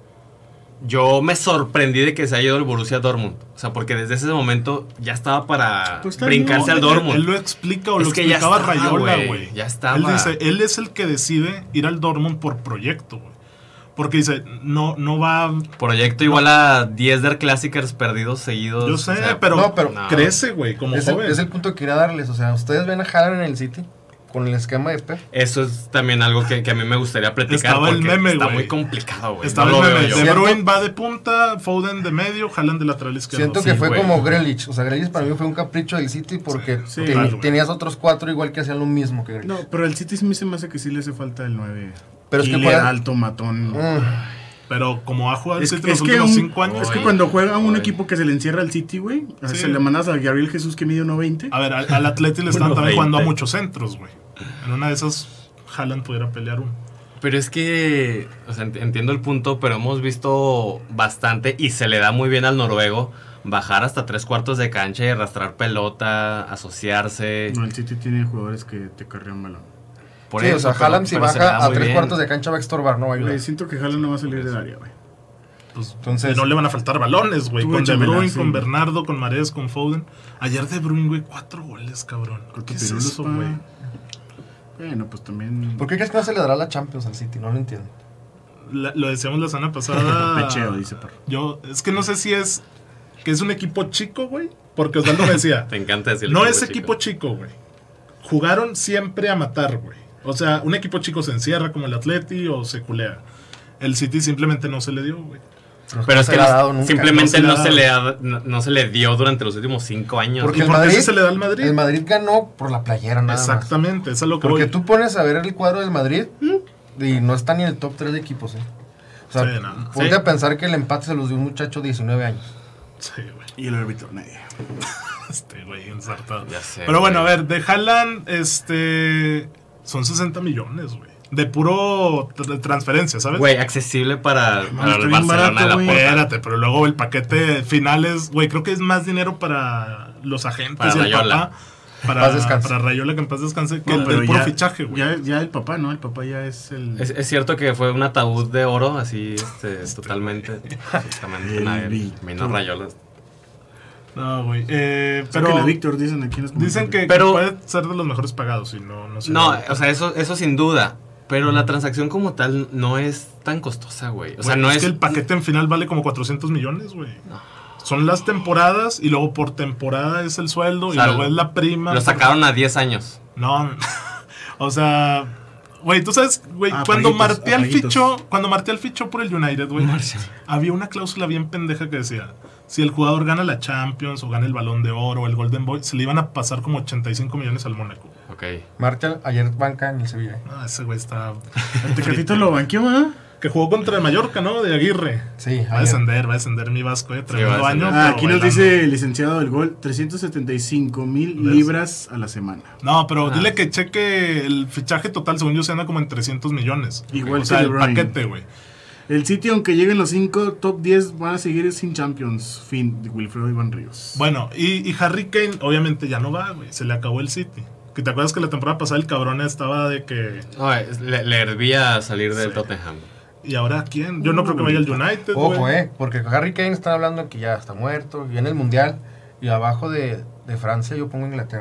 Speaker 2: yo me sorprendí de que se haya ido al Borussia Dortmund. O sea, porque desde ese momento ya estaba para
Speaker 3: Pues está
Speaker 2: brincarse
Speaker 3: bien,
Speaker 2: al Dortmund.
Speaker 1: Él lo explica o
Speaker 2: Es
Speaker 1: lo
Speaker 2: que ya
Speaker 1: explicaba
Speaker 2: estaba,
Speaker 1: Rayola,
Speaker 2: güey,
Speaker 1: güey.
Speaker 2: ya estaba.
Speaker 1: Él dice, él es el que decide ir al Dortmund por proyecto, güey. Porque dice, no va.
Speaker 2: Proyecto igual a 10 Der Clásicers perdidos seguidos.
Speaker 1: Yo sé,
Speaker 2: o sea,
Speaker 1: pero,
Speaker 5: no, pero
Speaker 1: crece, güey, como
Speaker 5: Es
Speaker 1: joven.
Speaker 5: el punto que quería darles. O sea, ustedes ven a Haaland en el City con el esquema de Pep.
Speaker 2: Eso es también algo que a mí me gustaría platicar.
Speaker 1: Estaba el
Speaker 2: porque
Speaker 1: meme,
Speaker 2: está
Speaker 1: güey.
Speaker 2: muy complicado, güey.
Speaker 1: Estaba
Speaker 2: No lo
Speaker 1: el
Speaker 2: veo
Speaker 1: meme.
Speaker 2: yo.
Speaker 1: De
Speaker 5: Siento-
Speaker 1: Bruyne va de punta, Foden de medio, Haaland de lateral izquierdo.
Speaker 5: Siento
Speaker 2: sí,
Speaker 5: que fue
Speaker 2: güey.
Speaker 5: como Grealish. O sea, Grealish para mí fue un capricho del City porque
Speaker 3: Sí,
Speaker 5: ten-
Speaker 1: total, güey.
Speaker 5: tenías otros 4 igual que hacían lo mismo que Grealish.
Speaker 3: No, pero el City sí me se me hace que sí le hace falta el 9.
Speaker 5: Pero es que
Speaker 3: Killer,
Speaker 5: juega-
Speaker 3: alto, matón.
Speaker 1: Pero como ha jugado el
Speaker 3: Es,
Speaker 1: City
Speaker 3: es
Speaker 1: los
Speaker 3: que
Speaker 1: últimos
Speaker 3: un-
Speaker 1: 5 años.
Speaker 3: es que
Speaker 2: Oy,
Speaker 3: cuando juega un
Speaker 2: oy.
Speaker 3: equipo que se le encierra al City, güey,
Speaker 1: Sí.
Speaker 3: se le mandas a Gabriel Jesús que mide 1.20.
Speaker 1: A ver, al Atleti le están
Speaker 2: Unos
Speaker 1: también jugando a
Speaker 2: 20.
Speaker 1: muchos centros, güey. En una de esas, Haaland pudiera pelear uno.
Speaker 2: Pero es que, o sea, entiendo el punto, pero hemos visto bastante y se le da muy bien al noruego bajar hasta 3/4 de cancha y arrastrar pelota, asociarse.
Speaker 3: No, el City tiene jugadores que te cargan balón.
Speaker 2: Por
Speaker 5: Sí,
Speaker 2: eso,
Speaker 5: o sea,
Speaker 2: pero-
Speaker 5: Haaland si
Speaker 2: pero se le da
Speaker 5: baja a
Speaker 2: muy
Speaker 5: 3/4
Speaker 2: bien.
Speaker 5: de cancha va a estorbar, no va a ayudar.
Speaker 3: Güey, siento que Haaland no va a salir del área, güey.
Speaker 1: Pues,
Speaker 5: Entonces-
Speaker 1: no le van a faltar balones, güey.
Speaker 3: Tú
Speaker 1: Con De
Speaker 3: échamela,
Speaker 1: Bruyne,
Speaker 3: sí.
Speaker 1: con Bernardo, con Mahrez, con Foden. Ayer De Bruyne, güey, 4 goles, cabrón. ¿Qué es
Speaker 3: Pirulos,
Speaker 1: eso,
Speaker 3: pa.
Speaker 1: güey?
Speaker 3: Bueno, pues también.
Speaker 5: ¿Por qué crees que no se le dará la Champions al City? No lo entiendo.
Speaker 1: Lo decíamos la semana pasada.
Speaker 3: Pecheo, dice Parro.
Speaker 1: Yo, es que no sé si es que es un equipo chico, güey. Porque Osvaldo me decía,
Speaker 2: Te encanta decir
Speaker 1: no es equipo chico, güey. Jugaron siempre a matar, güey. O sea, un equipo chico se encierra como el Atleti o se culea. El City simplemente no se le dio, güey.
Speaker 2: Pero es
Speaker 5: se
Speaker 2: que
Speaker 5: le ha dado nunca.
Speaker 2: simplemente
Speaker 1: No
Speaker 2: no
Speaker 1: se
Speaker 2: se,
Speaker 1: le
Speaker 2: le
Speaker 1: ha
Speaker 2: no se le dio durante los últimos 5 años.
Speaker 5: Porque
Speaker 1: ¿Y
Speaker 5: el
Speaker 1: por qué
Speaker 5: Madrid,
Speaker 1: sí se le da al Madrid?
Speaker 5: el Madrid ganó por la playera nada más.
Speaker 1: Exactamente, eso es lo que
Speaker 5: Porque
Speaker 1: voy.
Speaker 5: tú pones a ver el cuadro del Madrid y no está ni en el top 3 de equipos, O sea,
Speaker 1: Sí, no.
Speaker 5: ponte
Speaker 2: Sí.
Speaker 5: a pensar que el empate se los dio un muchacho de 19 años.
Speaker 1: Sí, güey.
Speaker 3: Y el árbitro, nadie.
Speaker 1: Este, güey, ensartado.
Speaker 2: Ya sé,
Speaker 1: Pero bueno, a
Speaker 2: güey.
Speaker 1: ver, de Haaland, son 60 millones, güey. De puro transferencia, ¿sabes?
Speaker 2: Güey, accesible para
Speaker 3: está
Speaker 2: el
Speaker 3: bien
Speaker 2: Barcelona
Speaker 3: barato,
Speaker 2: de la
Speaker 3: güey.
Speaker 2: Porta.
Speaker 1: Espérate, pero luego el paquete final es, güey, creo que es más dinero para los agentes
Speaker 2: Para
Speaker 1: y el
Speaker 2: Rayola.
Speaker 1: papá.
Speaker 5: Paz descanse.
Speaker 1: Para Rayola que en paz descanse, que
Speaker 3: No,
Speaker 1: el
Speaker 3: pero
Speaker 1: puro
Speaker 3: ya-
Speaker 1: fichaje, güey.
Speaker 3: Ya el papá, ¿no? El papá ya es el.
Speaker 2: Es cierto que fue un ataúd de oro, así, totalmente. Justamente,
Speaker 3: El
Speaker 2: nadie
Speaker 3: Víctor.
Speaker 2: vino rayolas.
Speaker 1: No, güey.
Speaker 3: Pero
Speaker 1: Pero
Speaker 3: Víctor, dicen aquí en los
Speaker 1: dicen
Speaker 3: comentarios.
Speaker 1: que
Speaker 2: Pero-
Speaker 1: puede ser de los mejores pagados y no sé.
Speaker 2: No, o sea, eso sin duda. Pero la transacción como tal no es tan costosa, güey. O sea,
Speaker 1: Güey,
Speaker 2: no
Speaker 1: es
Speaker 2: es...
Speaker 1: que el paquete en final vale como 400 millones, güey. Son las temporadas y luego por temporada es el sueldo
Speaker 2: O sea,
Speaker 1: y luego es la prima.
Speaker 2: Lo sacaron a 10 años.
Speaker 1: No, o sea, güey, tú sabes, güey,
Speaker 3: Ah,
Speaker 1: cuando
Speaker 3: paguitos,
Speaker 1: Martial
Speaker 3: paguitos.
Speaker 1: fichó por el United, güey, había una cláusula bien pendeja que decía, si el jugador gana la Champions o gana el Balón de Oro o el Golden Boy, se le iban a pasar como 85 millones al Mónaco.
Speaker 2: Ok.
Speaker 5: Martial ayer banca en el Sevilla.
Speaker 1: No, ese güey está...
Speaker 3: El Tecatito lo banqueó, ¿ah?
Speaker 1: Que jugó contra el Mallorca, ¿no? De Aguirre.
Speaker 5: Sí,
Speaker 1: Va a
Speaker 5: ayer.
Speaker 1: descender mi Vasco, tremendo
Speaker 2: va a
Speaker 1: año.
Speaker 2: descender.
Speaker 3: Ah,
Speaker 1: pero
Speaker 3: aquí nos
Speaker 1: bailando.
Speaker 3: dice el licenciado del gol: 375,000
Speaker 1: ¿Ves?
Speaker 3: libras a la semana.
Speaker 1: No, pero
Speaker 2: Ah.
Speaker 1: dile que cheque el fichaje total, según yo, se anda como en 300 millones.
Speaker 3: Igual
Speaker 1: o sea,
Speaker 3: que
Speaker 1: el
Speaker 3: De Bruyne.
Speaker 1: paquete, güey.
Speaker 3: El City, aunque lleguen los 5 top 10, van a seguir sin Champions. Fin de Wilfredo Iván Ríos.
Speaker 1: Bueno, y Harry Kane obviamente ya no va, güey. Se le acabó el City. Que te acuerdas que la temporada pasada el cabrón estaba de que...
Speaker 2: No, le hervía salir del Tottenham.
Speaker 1: ¿Y ahora quién? Yo no creo que vaya al United,
Speaker 5: Ojo,
Speaker 1: güey.
Speaker 5: porque Harry Kane están hablando que ya está muerto, viene el Mundial y abajo de Francia yo pongo Inglaterra.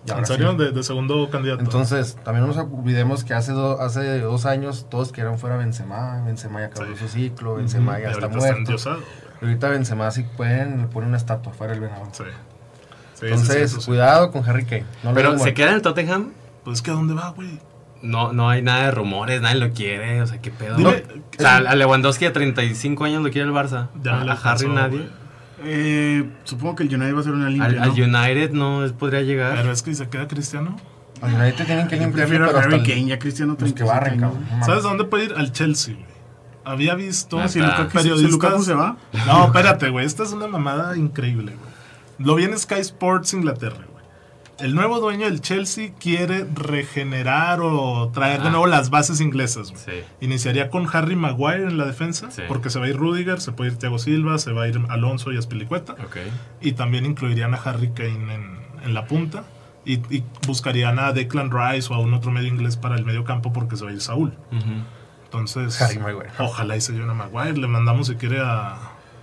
Speaker 5: Y
Speaker 1: ¿En
Speaker 5: ahora
Speaker 1: serio?
Speaker 5: sí.
Speaker 1: De segundo candidato.
Speaker 5: Entonces, también no nos olvidemos que hace 2 años todos querían fuera Benzema. Benzema ya acabó su ciclo, Benzema
Speaker 1: y
Speaker 5: ya está
Speaker 1: ahorita está
Speaker 5: muerto.
Speaker 1: endiosado.
Speaker 5: Y ahorita Benzema si pueden, le ponen una estatua fuera del Bernabéu.
Speaker 1: Sí.
Speaker 5: Entonces,
Speaker 1: Sí.
Speaker 5: cuidado con Harry Kane. No lo
Speaker 2: Pero
Speaker 5: dejen
Speaker 2: se
Speaker 5: muerto.
Speaker 2: queda en el Tottenham.
Speaker 1: Pues es que ¿a dónde va, güey?
Speaker 2: No hay nada de rumores, nadie lo quiere. O sea, qué pedo.
Speaker 1: Dime,
Speaker 2: O sea, a Lewandowski de 35 años lo quiere el Barça.
Speaker 1: Ya no le
Speaker 2: a Harry
Speaker 1: alcanzó,
Speaker 2: nadie.
Speaker 1: güey.
Speaker 3: Supongo que el United va a ser una limpia,
Speaker 2: Al
Speaker 3: ¿no?
Speaker 2: United no podría llegar.
Speaker 1: Pero es que se queda Cristiano.
Speaker 5: Al United tienen que
Speaker 3: Yo
Speaker 5: limpiarle,
Speaker 3: prefiero
Speaker 5: pero
Speaker 3: a
Speaker 5: hasta
Speaker 3: Harry
Speaker 5: el-
Speaker 3: Kane, ya Cristiano
Speaker 5: los que
Speaker 3: 37
Speaker 5: barren,
Speaker 3: años.
Speaker 5: cabrón. No mames.
Speaker 1: ¿Sabes a dónde puede ir? Al Chelsea, güey. Había visto
Speaker 2: Ah,
Speaker 3: Si
Speaker 1: periodistas.
Speaker 3: Lukaku se va.
Speaker 1: No, espérate, güey. Esta es una mamada increíble, güey. Lo vi en Sky Sports Inglaterra, güey. El nuevo dueño del Chelsea quiere regenerar o traer de nuevo las bases inglesas, güey.
Speaker 2: Sí.
Speaker 1: Iniciaría con Harry Maguire en la defensa,
Speaker 2: Sí.
Speaker 1: porque se va a ir Rudiger, se puede ir Thiago Silva, se va a ir Alonso y Azpilicueta.
Speaker 2: Ok.
Speaker 1: Y también incluirían a Harry Kane en la punta. Y buscarían a Declan Rice o a un otro medio inglés para el medio campo porque se va a ir Saúl.
Speaker 2: Ujú.
Speaker 1: Entonces,
Speaker 5: Harry Maguire.
Speaker 1: ojalá y se lleve a Maguire. Le mandamos si quiere a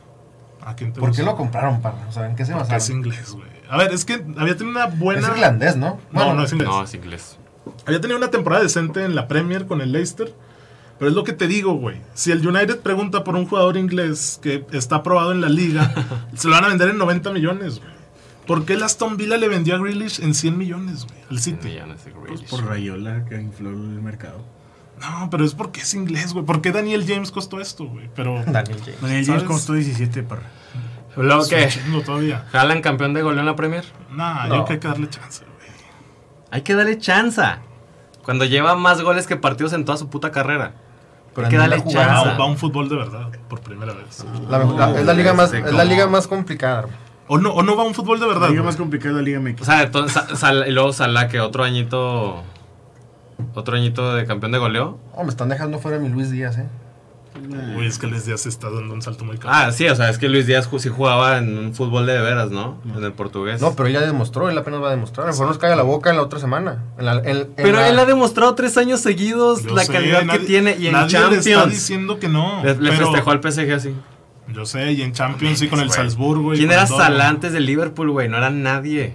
Speaker 1: quién te
Speaker 5: ¿Por qué
Speaker 1: gusta?
Speaker 5: lo compraron, parra? O sea, ¿en qué se
Speaker 1: Porque
Speaker 5: basaron?
Speaker 1: es inglés, güey. A ver, es que había tenido una buena...
Speaker 5: Es irlandés, ¿no?
Speaker 1: No, no es inglés.
Speaker 2: No, es inglés.
Speaker 1: Había tenido una temporada decente en la Premier con el Leicester. Pero es lo que te digo, güey. Si el United pregunta por un jugador inglés que está aprobado en la liga, se lo van a vender en 90 millones, güey. ¿Por qué el Aston Villa le vendió a Grealish en 100 millones, güey? Al City.
Speaker 2: Millones de
Speaker 3: Pues
Speaker 2: Grealish.
Speaker 3: por Rayola, que infló el mercado.
Speaker 1: No, pero es porque es inglés, güey. ¿Por qué Daniel James costó esto, güey? Pero...
Speaker 5: Daniel James.
Speaker 3: Daniel
Speaker 1: ¿Sabes?
Speaker 3: James costó 17, parra.
Speaker 2: Luego
Speaker 1: es
Speaker 2: que
Speaker 1: un chingo todavía.
Speaker 2: Haaland campeón de goleo en la Premier.
Speaker 1: Nah, yo
Speaker 5: No.
Speaker 1: creo que hay que darle chance, güey.
Speaker 2: Hay que darle chance. Cuando lleva más goles que partidos en toda su puta carrera.
Speaker 5: Pero
Speaker 2: Hay que
Speaker 5: en
Speaker 2: darle
Speaker 5: la jugada-
Speaker 2: chance.
Speaker 1: Va a un fútbol de verdad, por primera vez.
Speaker 5: es la liga más,
Speaker 2: sé
Speaker 5: es la
Speaker 2: cómo.
Speaker 5: liga más complicada.
Speaker 1: O no va a un fútbol de
Speaker 3: La
Speaker 1: verdad,
Speaker 3: liga
Speaker 1: güey.
Speaker 3: más complicada es la Liga
Speaker 2: O
Speaker 3: MX.
Speaker 2: sea, entonces, y luego Salah, que otro añito de campeón de goleo.
Speaker 5: Oh, me están dejando fuera mi Luis Díaz,
Speaker 1: Güey, es que Luis Díaz está dando un salto muy caro.
Speaker 2: Ah, sí, o sea, es que Luis Díaz sí jugaba en un fútbol de veras, ¿no? En el portugués.
Speaker 5: No, pero él ya demostró, él apenas va a demostrar. A lo mejor nos cae la boca en la otra semana.
Speaker 2: Pero él ha demostrado 3 años seguidos
Speaker 1: Yo
Speaker 2: la
Speaker 1: sé,
Speaker 2: calidad que tiene y en
Speaker 1: nadie le está
Speaker 2: Champions
Speaker 1: diciendo que no.
Speaker 2: le
Speaker 1: pero
Speaker 2: festejó al PSG así.
Speaker 1: Yo sé, y en Champions sí con el
Speaker 2: Güey.
Speaker 1: Salzburgo. y
Speaker 2: ¿Quién
Speaker 1: con
Speaker 2: era
Speaker 1: el Dortmund.
Speaker 2: Salah antes del Liverpool, güey? No era nadie.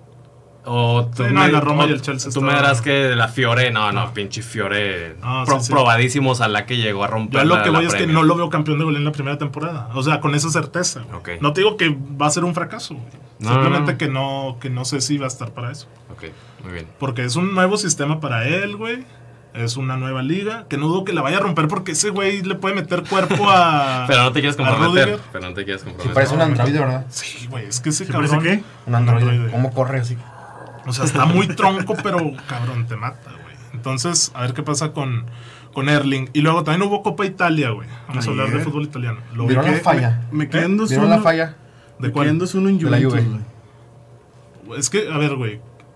Speaker 2: O tú,
Speaker 1: Sí, no, en la Roma y el Chelsea
Speaker 2: tú me
Speaker 1: estaba-
Speaker 2: dirás que de la Fiore, no, pinche Fiore.
Speaker 1: Ah, sí, sí.
Speaker 2: Probadísimo Salah que llegó a romper
Speaker 1: Yo a lo que
Speaker 2: la
Speaker 1: voy es que
Speaker 2: Premier.
Speaker 1: no lo veo campeón de goleo en la primera temporada. O sea, con esa certeza. Güey.
Speaker 2: Ok.
Speaker 1: No te digo que va a ser un fracaso. Güey.
Speaker 2: No,
Speaker 1: Simplemente
Speaker 2: no.
Speaker 1: Que no sé si va a estar para eso.
Speaker 2: Ok, muy bien.
Speaker 1: Porque es un nuevo sistema para él, güey. Es una nueva liga. Que no dudo que la vaya a romper porque ese güey le puede meter cuerpo a.
Speaker 2: Pero no te quieres
Speaker 1: a
Speaker 2: comprometer.
Speaker 1: Rudiger.
Speaker 2: Pero no te quieres
Speaker 5: Sí,
Speaker 2: comprometer.
Speaker 5: parece un androide, ¿verdad?
Speaker 1: Sí, güey. Es que ese
Speaker 3: ¿Se
Speaker 1: cabrón.
Speaker 3: parece qué?
Speaker 5: Un androide. ¿Cómo corre así?
Speaker 1: O sea, está muy tronco, pero cabrón, te mata, güey. Entonces, a ver qué pasa con Erling. Y luego también hubo Copa Italia, güey. Vamos a hablar de
Speaker 3: Ayer.
Speaker 1: fútbol italiano. Lo
Speaker 5: ¿Vieron
Speaker 1: vi
Speaker 5: la
Speaker 1: que-
Speaker 5: falla?
Speaker 3: Me quedan 2-1.
Speaker 5: ¿Vieron la falla?
Speaker 1: ¿De
Speaker 3: Me
Speaker 1: cuál?
Speaker 3: quedan 2-1 en
Speaker 5: De la
Speaker 3: Juventus,
Speaker 5: Juve.
Speaker 3: güey.
Speaker 1: Es que, a ver, güey.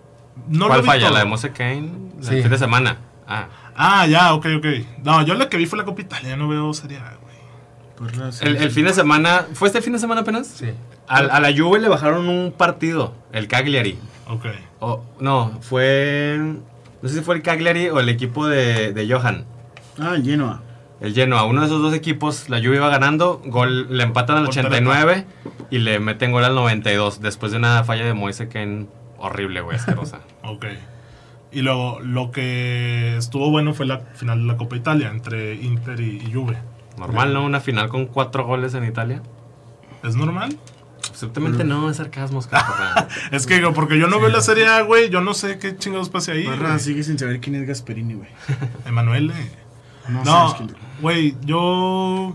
Speaker 1: No
Speaker 2: ¿Cuál
Speaker 1: lo vi
Speaker 2: falla?
Speaker 1: todo.
Speaker 2: ¿La de Mose Kane? ¿El
Speaker 5: Sí.
Speaker 2: fin de semana? Ah.
Speaker 1: Ah, ya, ok. No, yo la que vi fue la Copa Italia. No veo Serie A, güey.
Speaker 3: Por la-
Speaker 2: El fin de semana... ¿Fue este fin de semana apenas?
Speaker 5: Sí.
Speaker 2: A la Juve le bajaron un partido. El Cagliari.
Speaker 1: Ok.
Speaker 2: No, fue... No sé si fue el Cagliari o el equipo de Johan.
Speaker 3: Ah, el Genoa.
Speaker 2: El Genoa, uno de esos dos equipos, la Juve iba ganando, le empatan al
Speaker 1: Portería.
Speaker 2: 89 y le meten gol al 92, después de una falla de Moise Kean horrible, güey, asquerosa.
Speaker 1: Ok. Y luego, lo que estuvo bueno fue la final de la Copa Italia entre Inter y Juve.
Speaker 2: Normal, ¿no? Una final con 4 goles en Italia.
Speaker 1: ¿Es normal?
Speaker 2: Absolutamente no, es sarcasmo, Oscar.
Speaker 1: Es que, digo, porque yo no veo la Serie A, güey. Yo no sé qué chingados pase ahí.
Speaker 3: Parra
Speaker 1: güey.
Speaker 3: sigue sin saber quién es Gasperini, güey.
Speaker 1: Emanuele.
Speaker 3: No,
Speaker 1: No,
Speaker 3: sabes quién.
Speaker 1: güey, yo...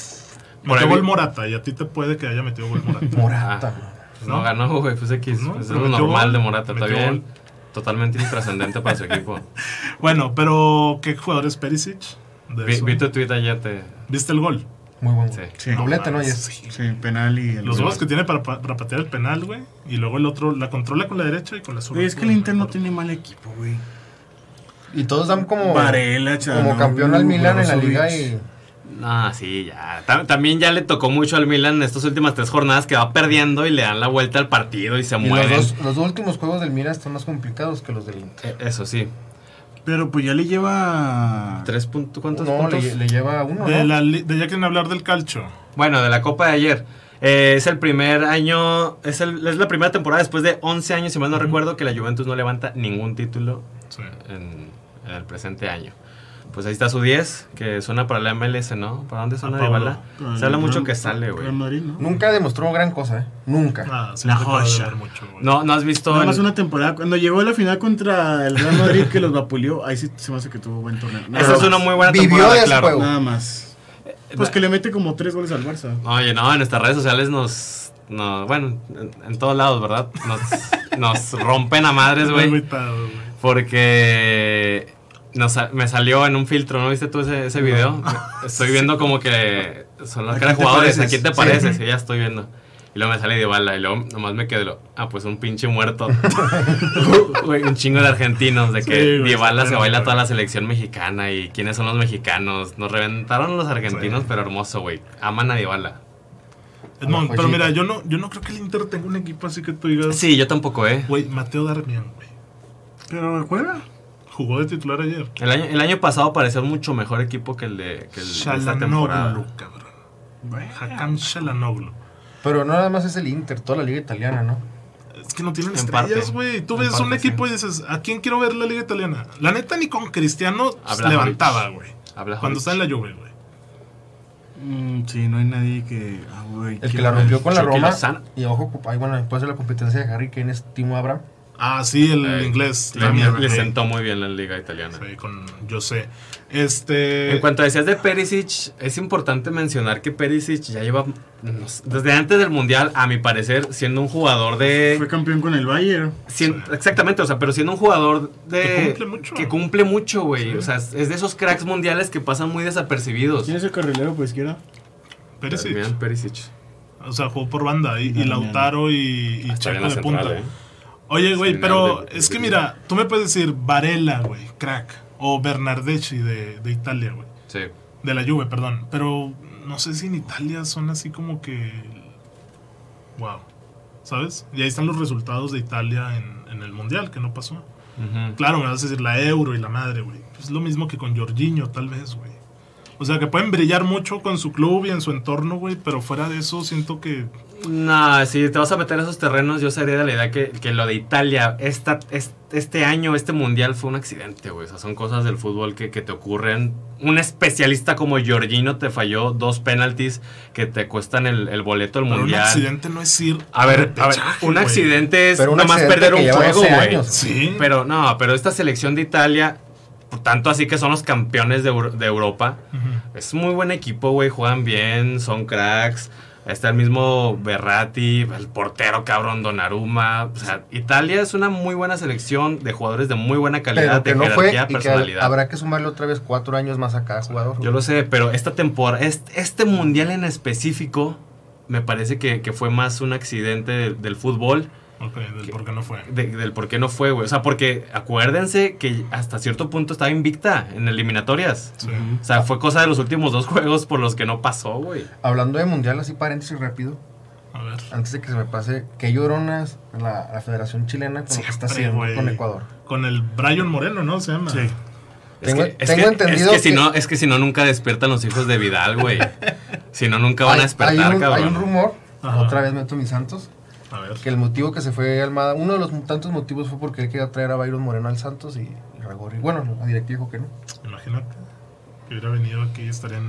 Speaker 2: Por
Speaker 1: Metió
Speaker 2: ahí
Speaker 1: gol
Speaker 2: vi-
Speaker 1: Morata y a ti te puede que haya metido gol Morata.
Speaker 5: Morata.
Speaker 2: No
Speaker 1: ¿No?
Speaker 2: ganó, güey, pues X.
Speaker 1: No,
Speaker 2: Pues es
Speaker 1: pero
Speaker 2: lo
Speaker 1: metió
Speaker 2: normal
Speaker 1: gol,
Speaker 2: de Morata,
Speaker 1: metió
Speaker 2: todavía
Speaker 1: gol.
Speaker 2: totalmente intrascendente para su equipo.
Speaker 1: Bueno, pero ¿qué jugador es Perisic? De eso.
Speaker 2: Vi tu tweet ayer,
Speaker 1: ¿Viste el gol?
Speaker 5: Muy bueno.
Speaker 2: Sí.
Speaker 3: Sí.
Speaker 5: Doblete, ¿no?
Speaker 1: mames,
Speaker 5: Yes.
Speaker 1: sí.
Speaker 3: Sí, penal y el
Speaker 1: Los
Speaker 3: gol.
Speaker 1: huevos que tiene para patear el penal, güey. Y luego el otro la controla con la derecha y con la zurda.
Speaker 3: Güey, es que el Inter no tiene mal equipo, güey.
Speaker 5: Y todos dan como,
Speaker 3: Varela,
Speaker 5: como
Speaker 3: Çalhanoğlu,
Speaker 5: campeón al Milan en la liga
Speaker 3: Brozovic.
Speaker 5: y...
Speaker 2: No, sí, ya. También ya le tocó mucho al Milan en estas últimas 3 jornadas que va perdiendo y le dan la vuelta al partido y se
Speaker 5: Y
Speaker 2: mueven.
Speaker 5: los dos últimos juegos del Milan están más complicados que los del Inter.
Speaker 2: Eso sí.
Speaker 3: Pero pues ya le lleva...
Speaker 2: ¿Cuántos
Speaker 5: No,
Speaker 2: puntos?
Speaker 5: le lleva uno,
Speaker 1: De,
Speaker 5: ¿no?
Speaker 1: de ya quieren hablar del calcio.
Speaker 2: Bueno, de la Copa de ayer. Es el primer año, es la primera temporada después de 11 años, si mal no recuerdo, que la Juventus no levanta ningún título en el presente año. Pues ahí está su 10, que suena para la MLS, ¿no? ¿Para dónde suena Dybala? Se habla mucho que sale, güey.
Speaker 5: Nunca demostró gran cosa, Nunca.
Speaker 1: La joya.
Speaker 2: No has visto...
Speaker 3: Nada más una temporada. Cuando llegó a la final contra el Real Madrid, que los vapuleó, ahí sí se me hace que tuvo buen torneo.
Speaker 2: Esa es una muy buena
Speaker 5: vivió
Speaker 2: temporada,
Speaker 5: de ese
Speaker 2: claro.
Speaker 5: juego.
Speaker 3: Nada más. Pues que le mete como 3 goles al Barça.
Speaker 2: Oye, no, en nuestras redes sociales bueno, en todos lados, ¿verdad? Nos rompen a madres, güey. Porque me salió en un filtro, ¿no viste tú ese video? Estoy viendo como que son los caras jugadores. ¿A quién te pareces? Sí, ya estoy viendo. Y luego me sale Dybala y luego nomás me quedo, pues un pinche muerto. Güey, un chingo de argentinos, de que Dybala se baila toda la selección mexicana y quiénes son los mexicanos. Nos reventaron los argentinos, pero hermoso, güey. Aman a Dybala.
Speaker 1: Edmond, pero mira, yo no creo que el Inter tenga un equipo así que tú digas.
Speaker 2: Sí, yo tampoco,
Speaker 1: Güey, Mateo Darmian, güey.
Speaker 3: Pero juega.
Speaker 1: Jugó de titular ayer.
Speaker 2: El año pasado pareció mucho mejor equipo que el de esta temporada.
Speaker 1: Cabrón. Hakan Çalhanoğlu.
Speaker 5: Pero no nada más es el Inter, toda la liga italiana, ¿no?
Speaker 1: Es que no tienen estrellas, güey. Tú ves un equipo y dices, ¿a quién quiero ver la liga italiana? La neta ni con Cristiano levantaba, güey. Cuando está en la Juve, güey.
Speaker 3: Sí, no hay nadie que...
Speaker 5: el que la rompió con la Roma. Y ojo, puede ser la competencia de Harry Kane, es Timo Abraham.
Speaker 1: Ah, sí, el inglés.
Speaker 2: Le sentó muy bien la liga italiana.
Speaker 1: Sí, yo sé.
Speaker 2: En cuanto decías de Perisic, es importante mencionar que Perisic ya lleva, desde antes del Mundial, a mi parecer, siendo un jugador de...
Speaker 3: Fue campeón con el Bayern.
Speaker 2: Exactamente, o sea, pero siendo un jugador
Speaker 1: que cumple mucho,
Speaker 2: güey. Sí. O sea, es de esos cracks mundiales que pasan muy desapercibidos.
Speaker 3: ¿Quién es el carrilero por izquierda?
Speaker 2: Perisic.
Speaker 1: O sea, jugó por banda. Y Lautaro y Chaco de punta. Oye, güey, pero es que mira, tú me puedes decir Varela, güey, crack. O Bernardeschi de Italia, güey.
Speaker 2: Sí.
Speaker 1: De la Juve, perdón. Pero no sé si en Italia son así como que... Wow. ¿Sabes? Y ahí están los resultados de Italia en el Mundial, que no pasó. Uh-huh. Claro, me vas a decir la Euro y la madre, güey. Es lo mismo que con Jorginho, tal vez, güey. O sea, que pueden brillar mucho con su club y en su entorno, güey. Pero fuera de eso, siento que...
Speaker 2: No, si te vas a meter a esos terrenos, yo sería de la idea que lo de Italia, este año, este mundial fue un accidente, güey. O sea, son cosas del fútbol que te ocurren. Un especialista como Jorginho te falló 2 penaltis que te cuestan el boleto al mundial.
Speaker 1: Un accidente no es ir.
Speaker 2: A ver, un accidente es nada más perder un juego, güey.
Speaker 1: Sí.
Speaker 2: Pero esta selección de Italia, por tanto así que son los campeones de Europa, es muy buen equipo, güey. Juegan bien, son cracks. Está el mismo Verratti, el portero cabrón Donnarumma. O sea, Italia es una muy buena selección de jugadores de muy buena calidad,
Speaker 5: pero
Speaker 2: de
Speaker 5: no
Speaker 2: jerarquía,
Speaker 5: fue,
Speaker 2: personalidad.
Speaker 5: Que habrá que sumarle otra vez 4 años más a cada jugador.
Speaker 2: Yo lo sé, pero esta temporada, este mundial en específico, me parece que fue más un accidente del fútbol.
Speaker 1: Ok, del por qué no fue.
Speaker 2: Del por qué no fue, güey. O sea, porque acuérdense que hasta cierto punto estaba invicta en eliminatorias.
Speaker 1: Sí.
Speaker 2: O sea, fue cosa de los últimos 2 juegos por los que no pasó, güey.
Speaker 5: Hablando de mundial, así paréntesis rápido.
Speaker 1: A ver.
Speaker 5: Antes de que se me pase, que lloronas la Federación Chilena con lo que está haciendo con Ecuador.
Speaker 1: Con el Brian Moreno, ¿no? Se llama.
Speaker 3: Sí.
Speaker 5: Tengo entendido
Speaker 2: es que si no, nunca despiertan los hijos de Vidal, güey. Si no, nunca van a despertar, cabrón.
Speaker 5: Hay un rumor, otra vez meto mis santos.
Speaker 1: A ver.
Speaker 5: Que el motivo que se fue Almada, uno de los tantos motivos fue porque él quería traer a Byron Moreno al Santos y regó. Bueno, la directiva dijo que no.
Speaker 1: Imagínate que hubiera venido aquí y estaría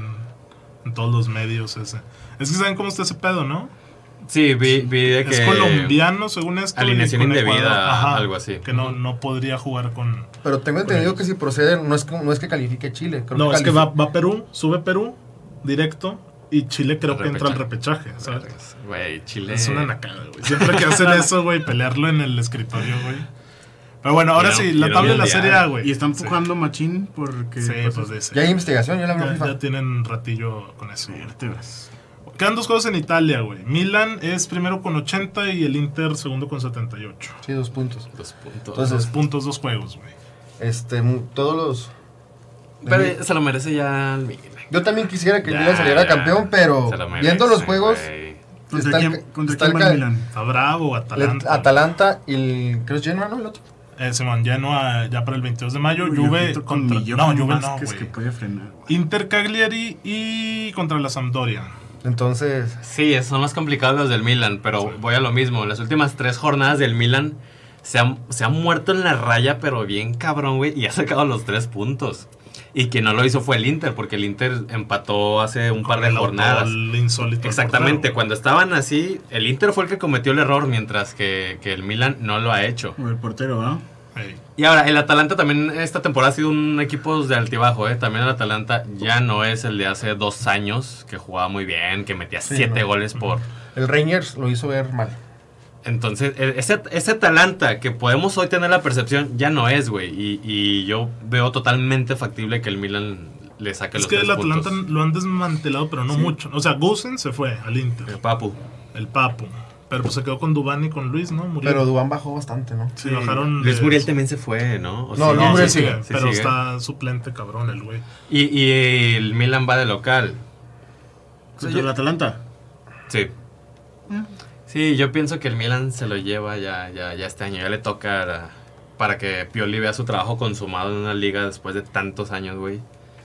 Speaker 1: en todos los medios ese. Es que saben cómo está ese pedo, ¿no?
Speaker 2: Sí, vi de que...
Speaker 1: Es colombiano, según esto.
Speaker 2: Alineación indebida, algo así.
Speaker 1: Que no podría jugar con...
Speaker 5: Pero tengo entendido que si procede, no es que califique Chile.
Speaker 1: Creo que va a Perú, sube Perú, directo... Y Chile creo que entra al repechaje, ¿sabes?
Speaker 2: Güey, Chile...
Speaker 1: Es una nacada, güey. Siempre que hacen eso, güey, pelearlo en el escritorio, güey. Pero bueno, ahora sí, la tabla de la Serie A, güey.
Speaker 3: Y están empujando machín porque...
Speaker 1: Sí, pues dice.
Speaker 5: Ya hay investigación,
Speaker 1: ya tienen un ratillo con eso. Quedan 2 juegos en Italia, güey. Milan es primero con 80 y el Inter segundo con 78.
Speaker 5: Sí, 2 puntos.
Speaker 2: 2 puntos.
Speaker 1: Entonces, 2 puntos, 2 juegos, güey.
Speaker 5: Todos los...
Speaker 2: Pero se lo merece ya el Milan.
Speaker 5: Yo también quisiera que el Milan saliera campeón, pero viendo los juegos...
Speaker 3: ¿Contra quién va el Milan?
Speaker 1: Está bravo, Atalanta.
Speaker 5: Atalanta y el... Creo que es Genoa, ¿no? El otro.
Speaker 1: Simón, Genoa ya para el 22 de mayo. Juve contra...
Speaker 3: No, Juve no, güey. Que puede frenar,
Speaker 1: Inter Cagliari y contra la Sampdoria.
Speaker 5: Entonces,
Speaker 2: Sí, son más complicados los del Milan, pero voy a lo mismo. Las últimas 3 jornadas del Milan se ha muerto en la raya, pero bien cabrón, güey, y ha sacado los 3 puntos. Y quien no lo hizo fue el Inter, porque el Inter empató hace un par de jornadas.
Speaker 1: El insólito
Speaker 2: Exactamente,
Speaker 1: portero.
Speaker 2: cuando estaban así, el Inter fue el que cometió el error, mientras que el Milan no lo ha hecho.
Speaker 3: O el portero, ¿ah?
Speaker 1: Ey.
Speaker 2: Y ahora, el Atalanta también esta temporada ha sido un equipo de altibajo, ¿eh? También el Atalanta ya no es el de hace 2 años, que jugaba muy bien, que metía
Speaker 5: Sí,
Speaker 2: 7
Speaker 5: no.
Speaker 2: goles por...
Speaker 5: el Rangers lo hizo ver mal.
Speaker 2: Entonces, ese Atalanta que podemos hoy tener la percepción, ya no es, güey. Y yo veo totalmente factible que el Milan le saque
Speaker 1: Es
Speaker 2: los
Speaker 1: que
Speaker 2: 3
Speaker 1: el Atalanta
Speaker 2: puntos.
Speaker 1: lo han desmantelado, pero no mucho. O sea, Gusen se fue al Inter,
Speaker 2: El Papu.
Speaker 1: el Papu. Pero pues se quedó con Duván y con Luis, ¿no? Muriel.
Speaker 5: Pero Duván bajó bastante, ¿no?
Speaker 1: Sí, bajaron.
Speaker 2: Luis
Speaker 1: de-
Speaker 2: Muriel también se fue, ¿no? ¿O
Speaker 5: No,
Speaker 2: sigue?
Speaker 5: Luis Muriel
Speaker 1: Sí,
Speaker 5: sigue.
Speaker 2: Sí,
Speaker 1: pero
Speaker 2: sigue.
Speaker 1: está suplente, cabrón, el güey.
Speaker 2: Y el Milan va de local.
Speaker 3: ¿Contra el Atalanta?
Speaker 2: Sí. Sí, yo pienso que el Milan se lo lleva ya este año. Ya le toca para que Pioli vea su trabajo consumado en una liga después de tantos años, güey.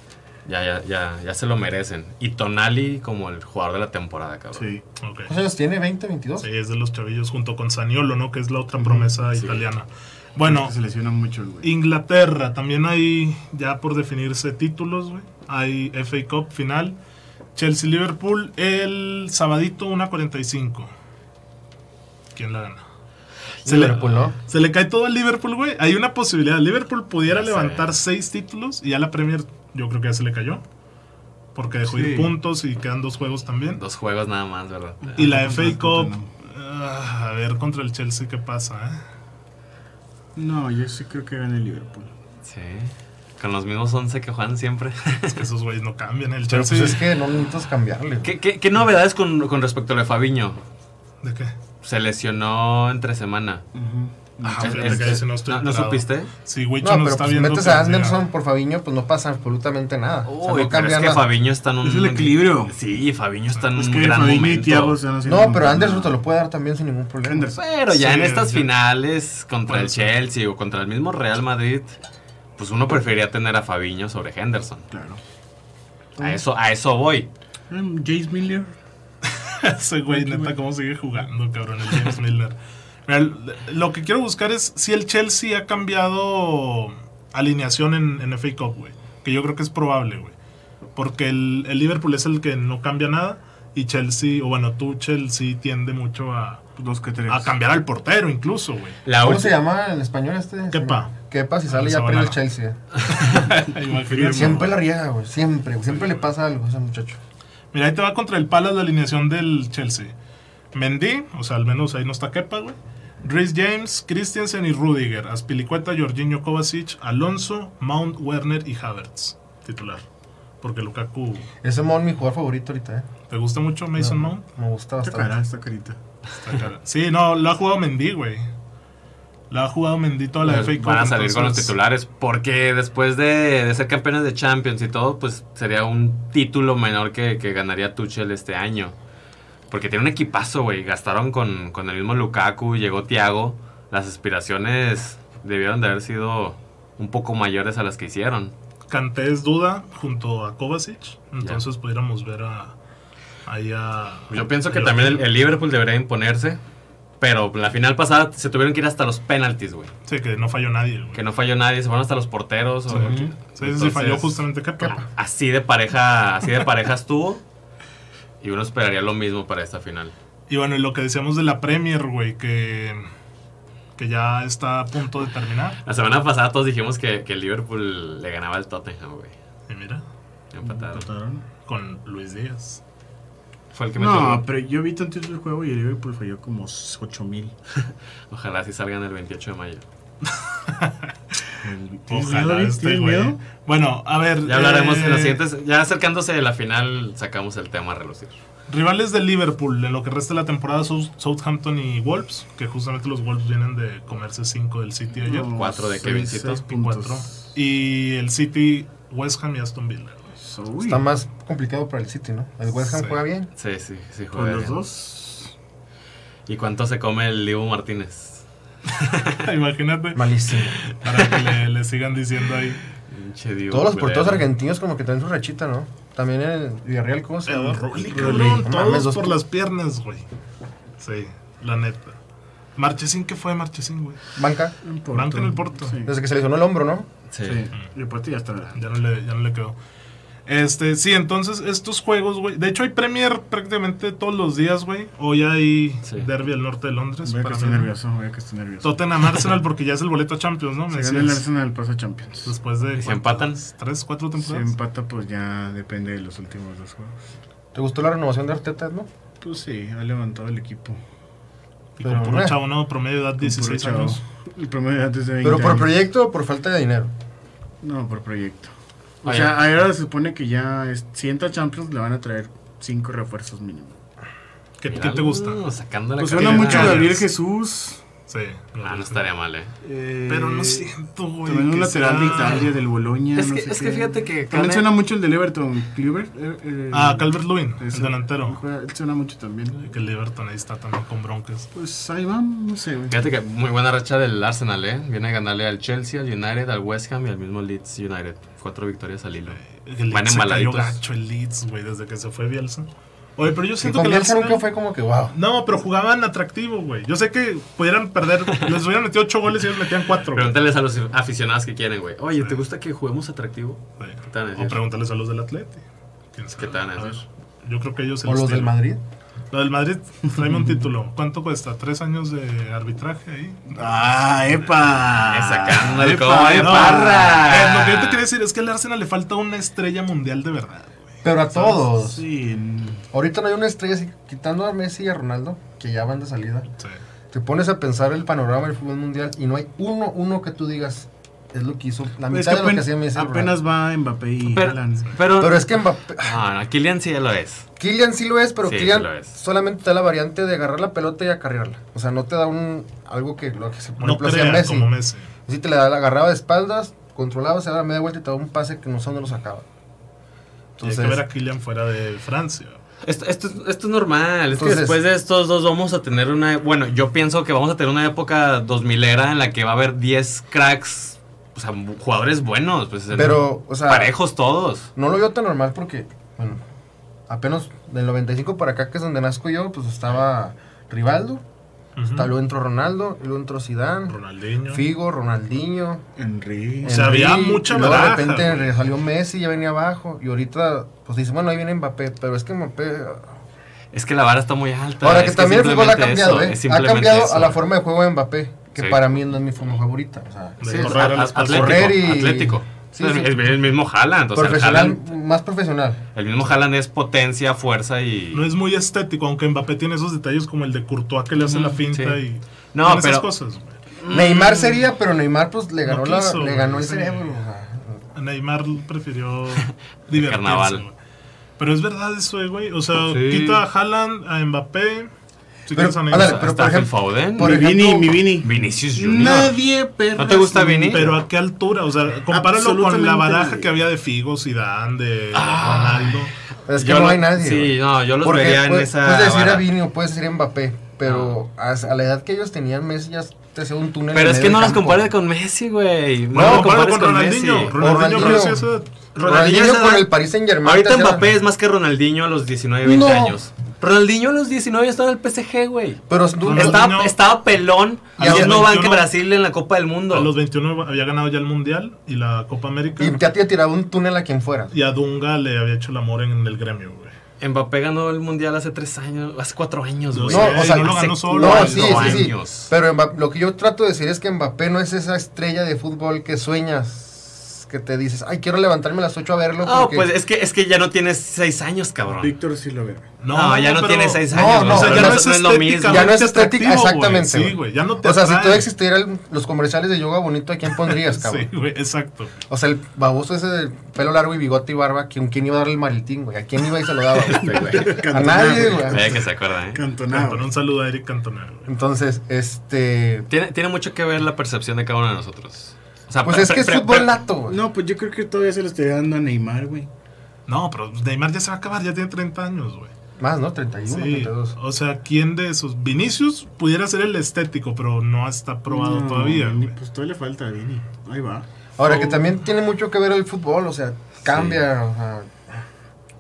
Speaker 2: Ya se lo merecen. Y Tonali como el jugador de la temporada, cabrón.
Speaker 3: Sí.
Speaker 1: Ok.
Speaker 5: ¿Cuántos años tiene? ¿20, 22?
Speaker 1: Sí, es de los chavillos junto con Zaniolo, ¿no? Que es la otra promesa
Speaker 2: Sí.
Speaker 1: italiana. Bueno,
Speaker 3: Se lesiona mucho el güey.
Speaker 1: Inglaterra, también hay ya por definirse títulos, güey. Hay FA Cup final. Chelsea-Liverpool el sabadito 1:45. ¿Quién la gana?
Speaker 5: Liverpool, ¿no?
Speaker 1: Se le cae todo al Liverpool, güey. Hay una posibilidad. Liverpool pudiera
Speaker 2: Ya sé.
Speaker 1: levantar 6 títulos y ya la Premier yo creo que ya se le cayó. Porque dejó ir
Speaker 3: Sí.
Speaker 1: puntos y quedan 2 juegos también.
Speaker 2: 2 juegos nada más, ¿verdad?
Speaker 1: Y la
Speaker 3: Contra
Speaker 1: FA
Speaker 3: el
Speaker 1: Cup,
Speaker 3: Tottenham.
Speaker 1: a ver contra el Chelsea qué pasa, ¿eh?
Speaker 3: No, yo sí creo que gana el Liverpool.
Speaker 2: Sí. Con los mismos 11 que juegan siempre.
Speaker 1: Es que esos güeyes no cambian. El
Speaker 5: Pero
Speaker 1: Chelsea.
Speaker 5: pues es que no necesitas cambiarle.
Speaker 2: ¿Qué novedades con respecto a lo de Fabiño?
Speaker 1: ¿De qué?
Speaker 2: Se lesionó entre semana.
Speaker 1: Ah,
Speaker 2: Es-
Speaker 1: fíjate
Speaker 2: es-
Speaker 1: que ese no estoy
Speaker 2: ¿No
Speaker 1: enterado.
Speaker 2: supiste?
Speaker 1: Sí, Wicho
Speaker 5: No,
Speaker 1: nos
Speaker 5: pero
Speaker 1: está
Speaker 5: pues
Speaker 1: viendo.
Speaker 5: metes
Speaker 1: que
Speaker 5: a
Speaker 1: nos diga.
Speaker 5: Anderson por Fabiño, pues no pasa absolutamente nada. O sea,
Speaker 2: Uy,
Speaker 5: no
Speaker 2: pero
Speaker 5: cambia
Speaker 2: es que
Speaker 5: nada.
Speaker 2: Fabiño está en un...
Speaker 3: Es el equilibrio.
Speaker 2: Sí, Fabiño está en
Speaker 3: Es
Speaker 2: un
Speaker 3: que
Speaker 2: gran
Speaker 3: Fabinho y
Speaker 2: momento.
Speaker 3: Thiago se van haciendo
Speaker 5: No,
Speaker 3: un
Speaker 5: pero
Speaker 3: poco
Speaker 5: Anderson
Speaker 3: más.
Speaker 5: te lo puede dar también sin ningún problema.
Speaker 3: Henderson.
Speaker 2: Pero ya
Speaker 1: Sí,
Speaker 2: en estas
Speaker 1: ya.
Speaker 2: finales contra
Speaker 1: Puede
Speaker 2: el
Speaker 1: ser.
Speaker 2: Chelsea o contra el mismo Real Madrid, pues uno preferiría tener a Fabiño sobre Henderson.
Speaker 3: Claro.
Speaker 2: A eso voy.
Speaker 3: James Miller.
Speaker 1: Ese güey, neta, cómo sigue jugando, cabrón, el James Milner. Mira, lo que quiero buscar es si el Chelsea ha cambiado alineación en FA Cup, güey. Que yo creo que es probable, güey. Porque el Liverpool es el que no cambia nada. Y Chelsea, o bueno, Chelsea tiende mucho a
Speaker 3: 2 que 3.
Speaker 1: cambiar al portero, incluso, güey.
Speaker 5: ¿Cómo se llama en español este?
Speaker 1: Kepa.
Speaker 5: Kepa, si sale ya
Speaker 1: Zabalala.
Speaker 5: pierde el Chelsea.
Speaker 1: Imagínate.
Speaker 5: Siempre la riega, güey. Siempre le pasa algo a ese muchacho.
Speaker 1: Mira, ahí te va contra el Palace la alineación del Chelsea. Mendy, o sea, al menos ahí no está Kepa, güey. Reece James, Christensen y Rudiger. Aspilicueta, Jorginho, Kovacic, Alonso, Mount, Werner y Havertz. Titular. Porque Lukaku...
Speaker 5: Ese Mount mi jugador favorito ahorita,
Speaker 1: ¿Te gusta mucho Mason
Speaker 5: No,
Speaker 1: Mount?
Speaker 5: Me gusta
Speaker 3: Esta
Speaker 5: bastante.
Speaker 3: cara, esta carita.
Speaker 1: Está cara. Sí, no, lo ha jugado Mendy, güey. Lo ha jugado Mendy toda la FA Cup.
Speaker 2: Van a salir con los
Speaker 1: entonces-
Speaker 2: titulares porque después de ser campeones de Champions y todo, pues sería un título menor que ganaría Tuchel este año. Porque tiene un equipazo, güey. Gastaron con el mismo Lukaku, llegó Thiago. Las aspiraciones debieron de haber sido un poco mayores a las que hicieron.
Speaker 1: Kanté es duda junto a Kovacic. Entonces pudiéramos ver ahí a...
Speaker 2: Yo pienso que también el Liverpool debería imponerse. Pero en la final pasada se tuvieron que ir hasta los penaltis, güey.
Speaker 1: Sí, que no falló nadie, güey.
Speaker 2: Que no falló nadie, se fueron hasta los porteros.
Speaker 1: Sí,
Speaker 2: o-
Speaker 1: sí,
Speaker 2: Entonces,
Speaker 1: falló justamente Kepa.
Speaker 2: Así de pareja estuvo. Y uno esperaría lo mismo para esta final.
Speaker 1: Y bueno, y lo que decíamos de la Premier, güey, que ya está a punto de terminar.
Speaker 2: La semana pasada todos dijimos que el Liverpool le ganaba al Tottenham, güey.
Speaker 1: Y mira,
Speaker 2: Empataron.
Speaker 3: ¿Empataron?
Speaker 1: con Luis Díaz.
Speaker 2: Fue el que metió el
Speaker 3: No,
Speaker 2: gol.
Speaker 3: pero yo vi tanto el juego y el Liverpool falló como 8,000.
Speaker 2: Ojalá sí salgan el 28 de mayo.
Speaker 3: ¿Tienes
Speaker 1: Ojalá
Speaker 3: miedo, Vic?
Speaker 1: este
Speaker 3: ¿Tienes
Speaker 1: güey.
Speaker 3: miedo?
Speaker 1: Bueno, a ver.
Speaker 2: Ya hablaremos en los siguientes. Ya acercándose de la final, sacamos el tema a relucir.
Speaker 1: Rivales de Liverpool en lo que resta de la temporada, Southampton y Wolves. Que justamente los Wolves vienen de comerse 5 del City ayer.
Speaker 3: No,
Speaker 2: 4 de
Speaker 3: 6
Speaker 2: Kevincito.
Speaker 3: puntos.
Speaker 1: 4. Y el City, West Ham y Aston Villa.
Speaker 3: Uy,
Speaker 5: Está más complicado para el City, ¿no? El West Ham
Speaker 1: Sí.
Speaker 5: juega bien.
Speaker 2: Sí,
Speaker 3: con
Speaker 2: juega
Speaker 3: los
Speaker 2: bien.
Speaker 3: dos.
Speaker 2: ¿Y cuánto se come el Dibu Martínez?
Speaker 1: Imagínate.
Speaker 5: Malísimo.
Speaker 1: Para que le sigan diciendo ahí.
Speaker 2: Pinche Dibu,
Speaker 5: Todos los
Speaker 2: culero.
Speaker 5: porteros argentinos como que traen su rachita, ¿no? También en el Villarreal, ¿cómo se llama?
Speaker 1: El Rolly,
Speaker 5: Rolly.
Speaker 1: cabrón.
Speaker 5: No
Speaker 1: Todos
Speaker 5: mames,
Speaker 1: por las piernas, güey. Sí, la neta. Marchesín, ¿qué fue Marchesín, güey?
Speaker 5: Banca.
Speaker 1: Banca en el Porto.
Speaker 3: Sí.
Speaker 5: Desde que se lesionó el hombro, ¿no?
Speaker 2: Sí.
Speaker 3: Sí. Y aparte ya está.
Speaker 1: Ya no le quedó. Sí, entonces estos juegos, güey. De hecho, hay Premier prácticamente todos los días, güey. Hoy hay
Speaker 2: Sí.
Speaker 1: Derby al norte de Londres.
Speaker 3: Voy a que
Speaker 1: para
Speaker 3: estoy
Speaker 1: mí.
Speaker 3: nervioso, voy a que estoy nervioso.
Speaker 1: Tottenham Arsenal, porque ya es el boleto a Champions, ¿no? Me
Speaker 3: Si gana el
Speaker 1: decías.
Speaker 3: Arsenal pasa Champions.
Speaker 1: Después de.
Speaker 2: ¿Y si empatan?
Speaker 1: 3, 4
Speaker 3: Si
Speaker 1: temporadas.
Speaker 3: empata, pues ya depende de los últimos 2 juegos.
Speaker 5: ¿Te gustó la renovación de Arteta, no?
Speaker 3: Pues sí, ha levantado el equipo.
Speaker 1: Y con
Speaker 5: Pero,
Speaker 1: puro chavo, ¿no? Promedio de edad 16
Speaker 3: Puro chavo.
Speaker 1: años.
Speaker 3: El promedio de antes de 20
Speaker 5: ¿Pero por
Speaker 3: años.
Speaker 5: proyecto o por falta de dinero?
Speaker 3: No, por proyecto. O
Speaker 2: Oye.
Speaker 3: sea, ahora se supone que ya si entra Champions le van a traer 5 refuerzos mínimo.
Speaker 1: ¿Qué
Speaker 2: Míralo,
Speaker 1: te gusta?
Speaker 2: Sacando la
Speaker 3: Pues
Speaker 1: carrera.
Speaker 3: suena mucho
Speaker 1: Ah,
Speaker 3: Gabriel
Speaker 1: es-
Speaker 3: Jesús.
Speaker 1: Sí.
Speaker 2: No estaría mal,
Speaker 1: Pero no siento, güey.
Speaker 3: También un
Speaker 1: que
Speaker 3: lateral de
Speaker 1: sea-
Speaker 3: Italia, del Bologna.
Speaker 2: Es
Speaker 3: no
Speaker 2: que-
Speaker 3: sé
Speaker 2: es
Speaker 3: qué.
Speaker 2: que fíjate que
Speaker 3: También
Speaker 2: Cane-
Speaker 3: suena mucho el del Everton, Kluivert.
Speaker 1: Calvert-Lewin, el
Speaker 3: ese.
Speaker 1: delantero.
Speaker 3: Él suena mucho también.
Speaker 1: Que el Everton ahí está también con broncas.
Speaker 3: Pues ahí van, no sé, güey.
Speaker 2: Fíjate que muy buena racha del Arsenal, Viene a ganarle al Chelsea, al United, al West Ham y al mismo Leeds United. 4 victorias al hilo.
Speaker 1: El
Speaker 2: Van
Speaker 1: Leeds se cayó
Speaker 2: embaladitos.
Speaker 1: gacho el Leeds, güey, desde que se fue Bielsa. Oye, pero yo
Speaker 5: Y
Speaker 1: siento
Speaker 5: con
Speaker 1: que el
Speaker 5: Bielsa
Speaker 1: Arsenal...
Speaker 5: nunca fue como que, wow.
Speaker 1: No, pero jugaban atractivo, güey. Yo sé que pudieran perder, les hubieran metido 8 goles y ellos metían 4.
Speaker 2: Pregúntales a los aficionados que quieren, güey. Oye, ¿te gusta que juguemos atractivo? ¿Qué te van a
Speaker 1: O
Speaker 2: decir?
Speaker 1: pregúntales a los del Atleti. ¿Quién sabe?
Speaker 2: ¿Qué te van a
Speaker 1: ver,
Speaker 2: decir?
Speaker 1: yo creo que ellos se
Speaker 5: O los del
Speaker 1: tiran.
Speaker 5: Madrid.
Speaker 1: Lo del Madrid, tráeme un título. ¿Cuánto cuesta? ¿3 años de arbitraje ahí?
Speaker 3: ¡Ah, epa!
Speaker 2: Sacando el
Speaker 3: ¡Epa!
Speaker 2: cobo de
Speaker 1: No,
Speaker 2: parra.
Speaker 1: lo que yo te quería decir es que al Arsenal le falta una estrella mundial de verdad, güey.
Speaker 5: Pero a todos.
Speaker 3: Sí,
Speaker 5: Ahorita no hay una estrella así, quitando a Messi y a Ronaldo, que ya van de salida.
Speaker 1: Sí.
Speaker 5: Te pones a pensar el panorama del fútbol mundial y no hay uno que tú digas, es lo que hizo, la
Speaker 3: es
Speaker 5: mitad
Speaker 3: que
Speaker 5: de lo que hacía Messi. y
Speaker 3: apenas va Mbappé y
Speaker 2: Pero,
Speaker 3: Haaland.
Speaker 5: Pero es que Mbappé,
Speaker 2: No, Kylian sí ya lo es.
Speaker 5: Kylian sí lo es, pero
Speaker 2: Sí,
Speaker 5: Kylian
Speaker 2: sí lo es.
Speaker 5: solamente te da la variante de agarrar la pelota y acarrearla. O sea, no te da algo que lo que se por
Speaker 1: No
Speaker 5: ejemplo hacía
Speaker 1: crea
Speaker 5: Messi.
Speaker 1: como Messi.
Speaker 5: Sí te la agarraba de espaldas, controlaba, se daba la media vuelta y te daba un pase que no sé dónde lo sacaba.
Speaker 1: Y hay que ver a Kylian fuera de Francia.
Speaker 2: Esto es normal. Es que
Speaker 5: Entonces-
Speaker 2: después de estos dos vamos a tener una... Bueno, yo pienso que vamos a tener una época 2000era en la que va a haber 10 cracks, o sea, jugadores buenos. Pues,
Speaker 5: Pero, o sea,
Speaker 2: parejos todos.
Speaker 5: no lo veo tan normal porque, bueno, apenas del 95 para acá, que es donde nazco yo, pues estaba Rivaldo, luego entró Ronaldo, y luego entró Zidane,
Speaker 1: Ronaldinho.
Speaker 5: Figo, Ronaldinho,
Speaker 3: Henry.
Speaker 1: O sea, había mucha
Speaker 5: y luego de
Speaker 1: baraja,
Speaker 5: repente
Speaker 1: güey.
Speaker 5: salió Messi, ya venía abajo, y ahorita, pues dice, bueno, ahí viene Mbappé, pero es que Mbappé...
Speaker 2: Es que la vara está muy alta.
Speaker 5: Ahora que
Speaker 2: es
Speaker 5: también el fútbol ha
Speaker 2: simplemente
Speaker 5: cambiado,
Speaker 2: eso,
Speaker 5: ¿eh?
Speaker 2: es
Speaker 5: Ha
Speaker 2: simplemente
Speaker 5: cambiado
Speaker 2: eso.
Speaker 5: a la forma de juego de Mbappé, que
Speaker 2: Sí.
Speaker 5: para mí no es mi forma favorita, o sea...
Speaker 1: De
Speaker 2: Sí,
Speaker 1: correr a las
Speaker 2: atlético,
Speaker 5: correr y-
Speaker 2: atlético.
Speaker 5: Sí,
Speaker 2: Es
Speaker 5: sí.
Speaker 2: el mismo Haaland. O sea, el
Speaker 5: profesional,
Speaker 2: Haaland-
Speaker 5: más profesional.
Speaker 2: el mismo Haaland es potencia, fuerza y...
Speaker 1: No es muy estético, aunque Mbappé tiene esos detalles como el de Courtois que le hace la finta
Speaker 2: sí.
Speaker 1: y...
Speaker 2: No,
Speaker 1: tiene
Speaker 2: pero-
Speaker 1: esas cosas, güey.
Speaker 5: Neymar sería, pero Neymar pues le ganó,
Speaker 1: No quiso,
Speaker 5: le ganó el
Speaker 1: sí.
Speaker 5: cerebro. O sea,
Speaker 1: Neymar prefirió divertirse,
Speaker 2: Carnaval.
Speaker 1: güey. Pero es verdad eso, güey. O sea,
Speaker 2: Sí.
Speaker 1: quita a Haaland, a Mbappé. Si
Speaker 5: Pero,
Speaker 1: quieres a
Speaker 5: ándale,
Speaker 1: Neymar.
Speaker 5: pero
Speaker 2: Está
Speaker 5: por
Speaker 2: Phil
Speaker 5: ejemplo,
Speaker 2: Foden.
Speaker 5: por
Speaker 3: Mi
Speaker 5: ejemplo,
Speaker 3: Vini, mi Vini.
Speaker 2: Vinicius Junior.
Speaker 3: Nadie, perra.
Speaker 2: ¿No te gusta Vini?
Speaker 1: Pero a qué altura, o sea, compáralo con la
Speaker 3: Absolutamente.
Speaker 1: baraja que había de Figo, Zidane, de Ronaldo.
Speaker 5: pero es que
Speaker 2: Yo
Speaker 5: no
Speaker 2: lo-
Speaker 5: hay nadie.
Speaker 2: Sí,
Speaker 5: güey.
Speaker 2: no, yo los
Speaker 5: Porque
Speaker 2: vería en
Speaker 5: puedes,
Speaker 2: esa
Speaker 5: puedes decir
Speaker 2: vara.
Speaker 5: a Vini o puedes decir a Mbappé, pero a la edad que ellos tenían, Messi ya te hacía un túnel.
Speaker 2: Pero
Speaker 5: en
Speaker 2: es que
Speaker 5: medio
Speaker 2: no
Speaker 5: del
Speaker 2: los
Speaker 5: campo.
Speaker 2: compares con Messi, güey.
Speaker 1: Bueno,
Speaker 2: lo
Speaker 1: compáralo
Speaker 2: compares
Speaker 1: con Ronaldinho.
Speaker 2: Messi.
Speaker 1: Ronaldinho
Speaker 5: Ronaldinho.
Speaker 1: creció a esa edad.
Speaker 5: Ronaldinho
Speaker 2: esa
Speaker 5: con
Speaker 2: edad-
Speaker 5: el Paris Saint-Germain.
Speaker 2: Ahorita
Speaker 5: te hacía-
Speaker 2: Mbappé es más que Ronaldinho a los 19, 20
Speaker 5: No.
Speaker 2: años. Ronaldinho a los 19 estaba en el PSG, güey.
Speaker 5: Pero
Speaker 1: Ronaldinho-
Speaker 2: Estaba pelón
Speaker 1: A los
Speaker 2: haciendo banca
Speaker 1: 21
Speaker 2: Brasil en la Copa del Mundo.
Speaker 1: A los 21 había ganado ya el Mundial y la Copa América.
Speaker 5: y ya te tiraba un túnel a quien fuera.
Speaker 1: Y a Dunga le había hecho el amor en el gremio, güey.
Speaker 2: Mbappé ganó el Mundial hace 3 años, hace 4 años,
Speaker 1: No
Speaker 2: güey.
Speaker 1: sé,
Speaker 5: No, o sea,
Speaker 1: no lo ganó
Speaker 2: hace
Speaker 1: solo.
Speaker 5: No,
Speaker 2: cuatro
Speaker 5: sí, sí, sí.
Speaker 2: años.
Speaker 5: Pero lo que yo trato de decir es que Mbappé no es esa estrella de fútbol que sueñas, que te dices, ay, quiero levantarme a las 8 a verlo.
Speaker 2: No,
Speaker 5: porque...
Speaker 2: pues es que ya no tienes 6 años, cabrón.
Speaker 3: Víctor sí lo ve.
Speaker 2: No, ya no
Speaker 1: pero-
Speaker 2: tiene 6
Speaker 5: No,
Speaker 2: años.
Speaker 5: no,
Speaker 1: O sea,
Speaker 5: pero
Speaker 1: ya no
Speaker 5: no
Speaker 1: es
Speaker 2: es lo mismo.
Speaker 5: Ya no es estética,
Speaker 1: atractivo,
Speaker 5: exactamente.
Speaker 1: güey. Sí,
Speaker 5: güey.
Speaker 1: güey, ya no te
Speaker 5: O sea, si
Speaker 1: atrae.
Speaker 5: todavía existieran los comerciales de yoga bonito, ¿a quién pondrías, cabrón?
Speaker 1: Sí, güey, exacto.
Speaker 5: O sea, el baboso ese de pelo largo y bigote y barba, ¿quién iba a darle el maritín, güey? ¿A quién iba y se lo daba? A nadie, güey.
Speaker 2: Vaya que se acuerda, ¿eh?
Speaker 3: Cantonado.
Speaker 1: Pero un saludo a Eric Cantona, güey.
Speaker 5: Entonces,
Speaker 2: Tiene mucho que ver la percepción de cada uno de nosotros. O sea,
Speaker 5: pues es que es fútbol nato, güey.
Speaker 3: No, pues yo creo que todavía se lo estoy dando a Neymar, güey.
Speaker 1: No, pero Neymar ya se va a acabar, ya tiene 30 años, güey.
Speaker 5: Más, ¿no? 31,
Speaker 1: Sí,
Speaker 5: 32.
Speaker 1: o sea, ¿quién de esos? Vinicius pudiera ser el estético, pero no está probado
Speaker 3: No,
Speaker 1: todavía,
Speaker 3: Vini,
Speaker 1: güey.
Speaker 3: pues todavía le falta a Vini. Ahí va.
Speaker 5: Ahora, que también tiene mucho que ver el fútbol, o sea, cambia, o sea,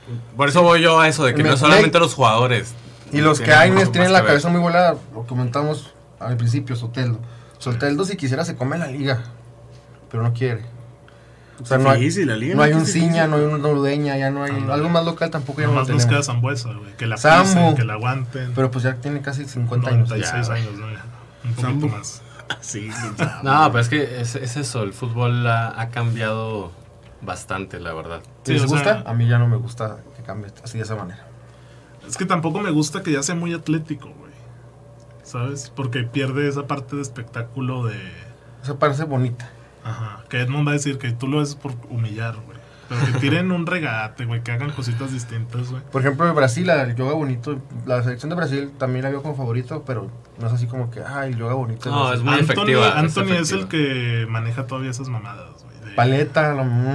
Speaker 2: Por eso voy yo a eso, de que no solamente los jugadores.
Speaker 5: Y los que hay tienen la cabeza muy volada, lo comentamos al principio, Soteldo. Soteldo si quisiera se come la liga, pero no quiere. O sea, no hay un Ciña, no hay un Norudeña, ya no hay algo más local tampoco. Ya no
Speaker 1: más nos queda Zambuesa, güey, que la pisen, que la aguanten.
Speaker 5: Pero pues ya tiene casi 50 años.
Speaker 1: 96 años, ¿no? Un poquito más.
Speaker 3: Sí,
Speaker 2: no, pero es que es eso, el fútbol ha cambiado bastante, la verdad.
Speaker 5: ¿Sí les gusta? A mí ya no me gusta que cambie así de esa manera.
Speaker 1: Es que tampoco me gusta que ya sea muy atlético, güey. ¿Sabes? Porque pierde esa parte de espectáculo de...
Speaker 5: Esa parece bonita.
Speaker 1: Ajá, que Edmond va a decir que tú lo ves por humillar, güey. Pero que tiren un regate, güey, que hagan cositas distintas, güey.
Speaker 5: Por ejemplo, en Brasil, el yoga bonito, la selección de Brasil también la veo como favorito, pero no es así como que, el yoga bonito.
Speaker 2: No, es muy efectiva.
Speaker 1: Anthony es el que maneja todavía esas mamadas, güey.
Speaker 5: Paleta,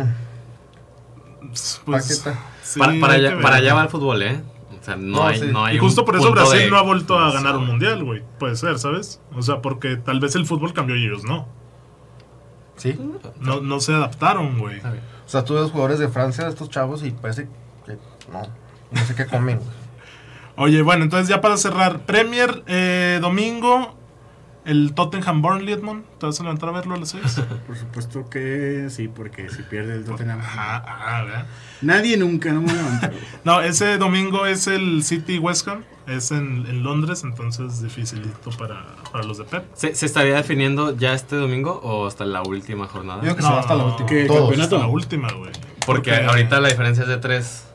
Speaker 1: pues,
Speaker 5: Paqueta.
Speaker 1: Sí,
Speaker 2: para allá va el fútbol, ¿eh? O sea, no hay
Speaker 1: y justo por eso Brasil no ha vuelto a ganar
Speaker 2: un
Speaker 1: un mundial, güey. Puede ser, ¿sabes? O sea, porque tal vez el fútbol cambió y ellos no.
Speaker 5: ¿Sí?
Speaker 1: No se adaptaron, güey.
Speaker 5: O sea, tú ves jugadores de Francia, de estos chavos, y parece que no sé qué comen.
Speaker 1: Oye, bueno, entonces ya para cerrar, Premier, domingo, el Tottenham Burnley, Edmond. ¿Te vas a levantar a verlo a las 6?
Speaker 3: Por supuesto que sí, porque si pierde el Tottenham.
Speaker 1: ¿verdad?
Speaker 3: Nadie nunca, no me voy a levantar.
Speaker 1: No, ese domingo es el City West Ham. Es en Londres, entonces dificilito para los de Pep.
Speaker 2: ¿Se estaría definiendo ya este domingo o hasta la última jornada?
Speaker 5: Yo creo que se va hasta la última.
Speaker 3: ¿Qué
Speaker 5: Todos.
Speaker 3: campeonato?
Speaker 1: Hasta la última, güey.
Speaker 2: Porque ahorita la diferencia es de 3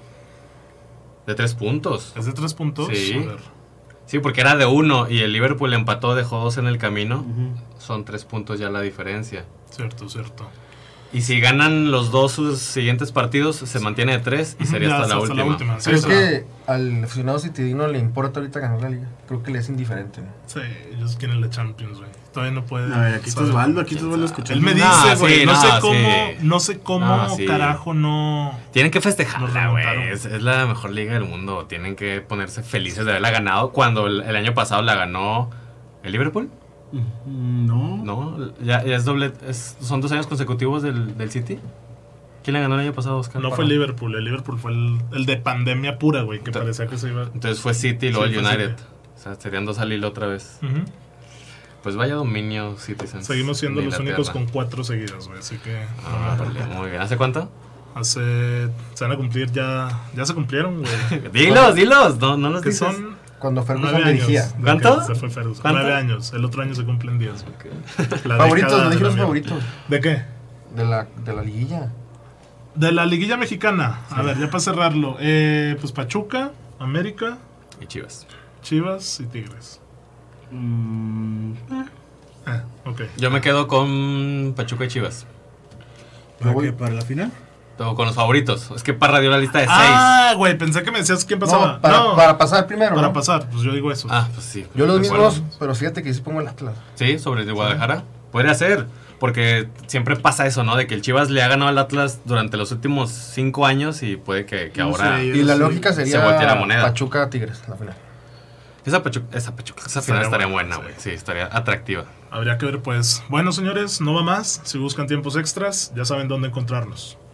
Speaker 2: puntos.
Speaker 1: ¿Es de 3 puntos?
Speaker 2: Sí.
Speaker 1: A ver.
Speaker 2: Sí, porque era de 1 y el Liverpool empató, dejó 2 en el camino. Son 3 puntos ya la diferencia.
Speaker 1: Cierto.
Speaker 2: Y si ganan los dos sus siguientes partidos, se mantiene de 3 y sería hasta la última.
Speaker 1: Sí,
Speaker 5: Creo que al aficionado citadino le importa ahorita ganar la liga. Creo que le es indiferente, ¿no?
Speaker 1: Sí, ellos quieren la Champions, güey. Todavía no puede.
Speaker 3: A ver, aquí está Osvaldo, escuchando.
Speaker 1: Él me dice, güey, no sé cómo carajo no...
Speaker 2: Tienen que festejarla, güey.
Speaker 1: remontaron.
Speaker 2: Es la mejor liga del mundo. Tienen que ponerse felices de haberla ganado cuando el año pasado la ganó el Liverpool. No, ya es doble. ¿Son 2 años consecutivos del City? ¿Quién la ganó el año pasado, Oscar?
Speaker 1: No fue Liverpool. El Liverpool fue el de pandemia pura, güey, que parecía que se iba...
Speaker 2: Entonces fue City y luego el United.
Speaker 1: City.
Speaker 2: O sea, serían 2 al hilo otra vez. Pues vaya dominio, Citizens.
Speaker 1: Seguimos siendo
Speaker 2: de
Speaker 1: los
Speaker 2: Inglaterra.
Speaker 1: únicos con 4 seguidas, güey. Así que...
Speaker 2: Muy bien. ¿Hace cuánto?
Speaker 1: Se van a cumplir ya se cumplieron, güy.
Speaker 2: Dilos. No los
Speaker 1: Que
Speaker 2: dices.
Speaker 1: son...
Speaker 5: Cuando
Speaker 1: 9
Speaker 5: Ferguson
Speaker 1: años.
Speaker 5: dirigía.
Speaker 2: ¿Cuánto?
Speaker 1: Se fue Ferguson.
Speaker 2: ¿Cuánto?
Speaker 1: 9 años. El otro año se cumplen 10, güey.
Speaker 5: Favoritos, no dijimos favoritos.
Speaker 1: ¿De qué?
Speaker 5: De la liguilla.
Speaker 1: De la liguilla mexicana. A ver, ya para cerrarlo. Pues Pachuca, América,
Speaker 2: Y Chivas.
Speaker 1: Chivas y Tigres. Ok.
Speaker 2: Yo me quedo con Pachuca y Chivas.
Speaker 3: ¿Para qué? ¿Para la final?
Speaker 2: O con los favoritos. Es que Parra dio la lista de 6.
Speaker 1: Güey, pensé que me decías quién pasaba.
Speaker 5: No, para pasar primero,
Speaker 1: para
Speaker 5: ¿no?
Speaker 1: pasar, pues yo digo eso.
Speaker 2: Pues sí.
Speaker 5: Yo los
Speaker 2: De acuerdo.
Speaker 5: mismos, pero fíjate que sí pongo el Atlas.
Speaker 2: Sí, sobre el de Guadalajara. Podría ser. Porque siempre pasa eso, ¿no? De que el Chivas le ha ganado al Atlas durante los últimos 5 años y puede que
Speaker 3: No
Speaker 2: ahora...
Speaker 3: sé,
Speaker 5: Y la lógica sería
Speaker 2: Se voltea la moneda.
Speaker 5: Pachuca Tigres, la final.
Speaker 2: Esa final estaría buena, güey. Sí, estaría atractiva.
Speaker 1: Habría que ver, pues. Bueno, señores, no va más. Si buscan tiempos extras, ya saben dónde encontrarnos.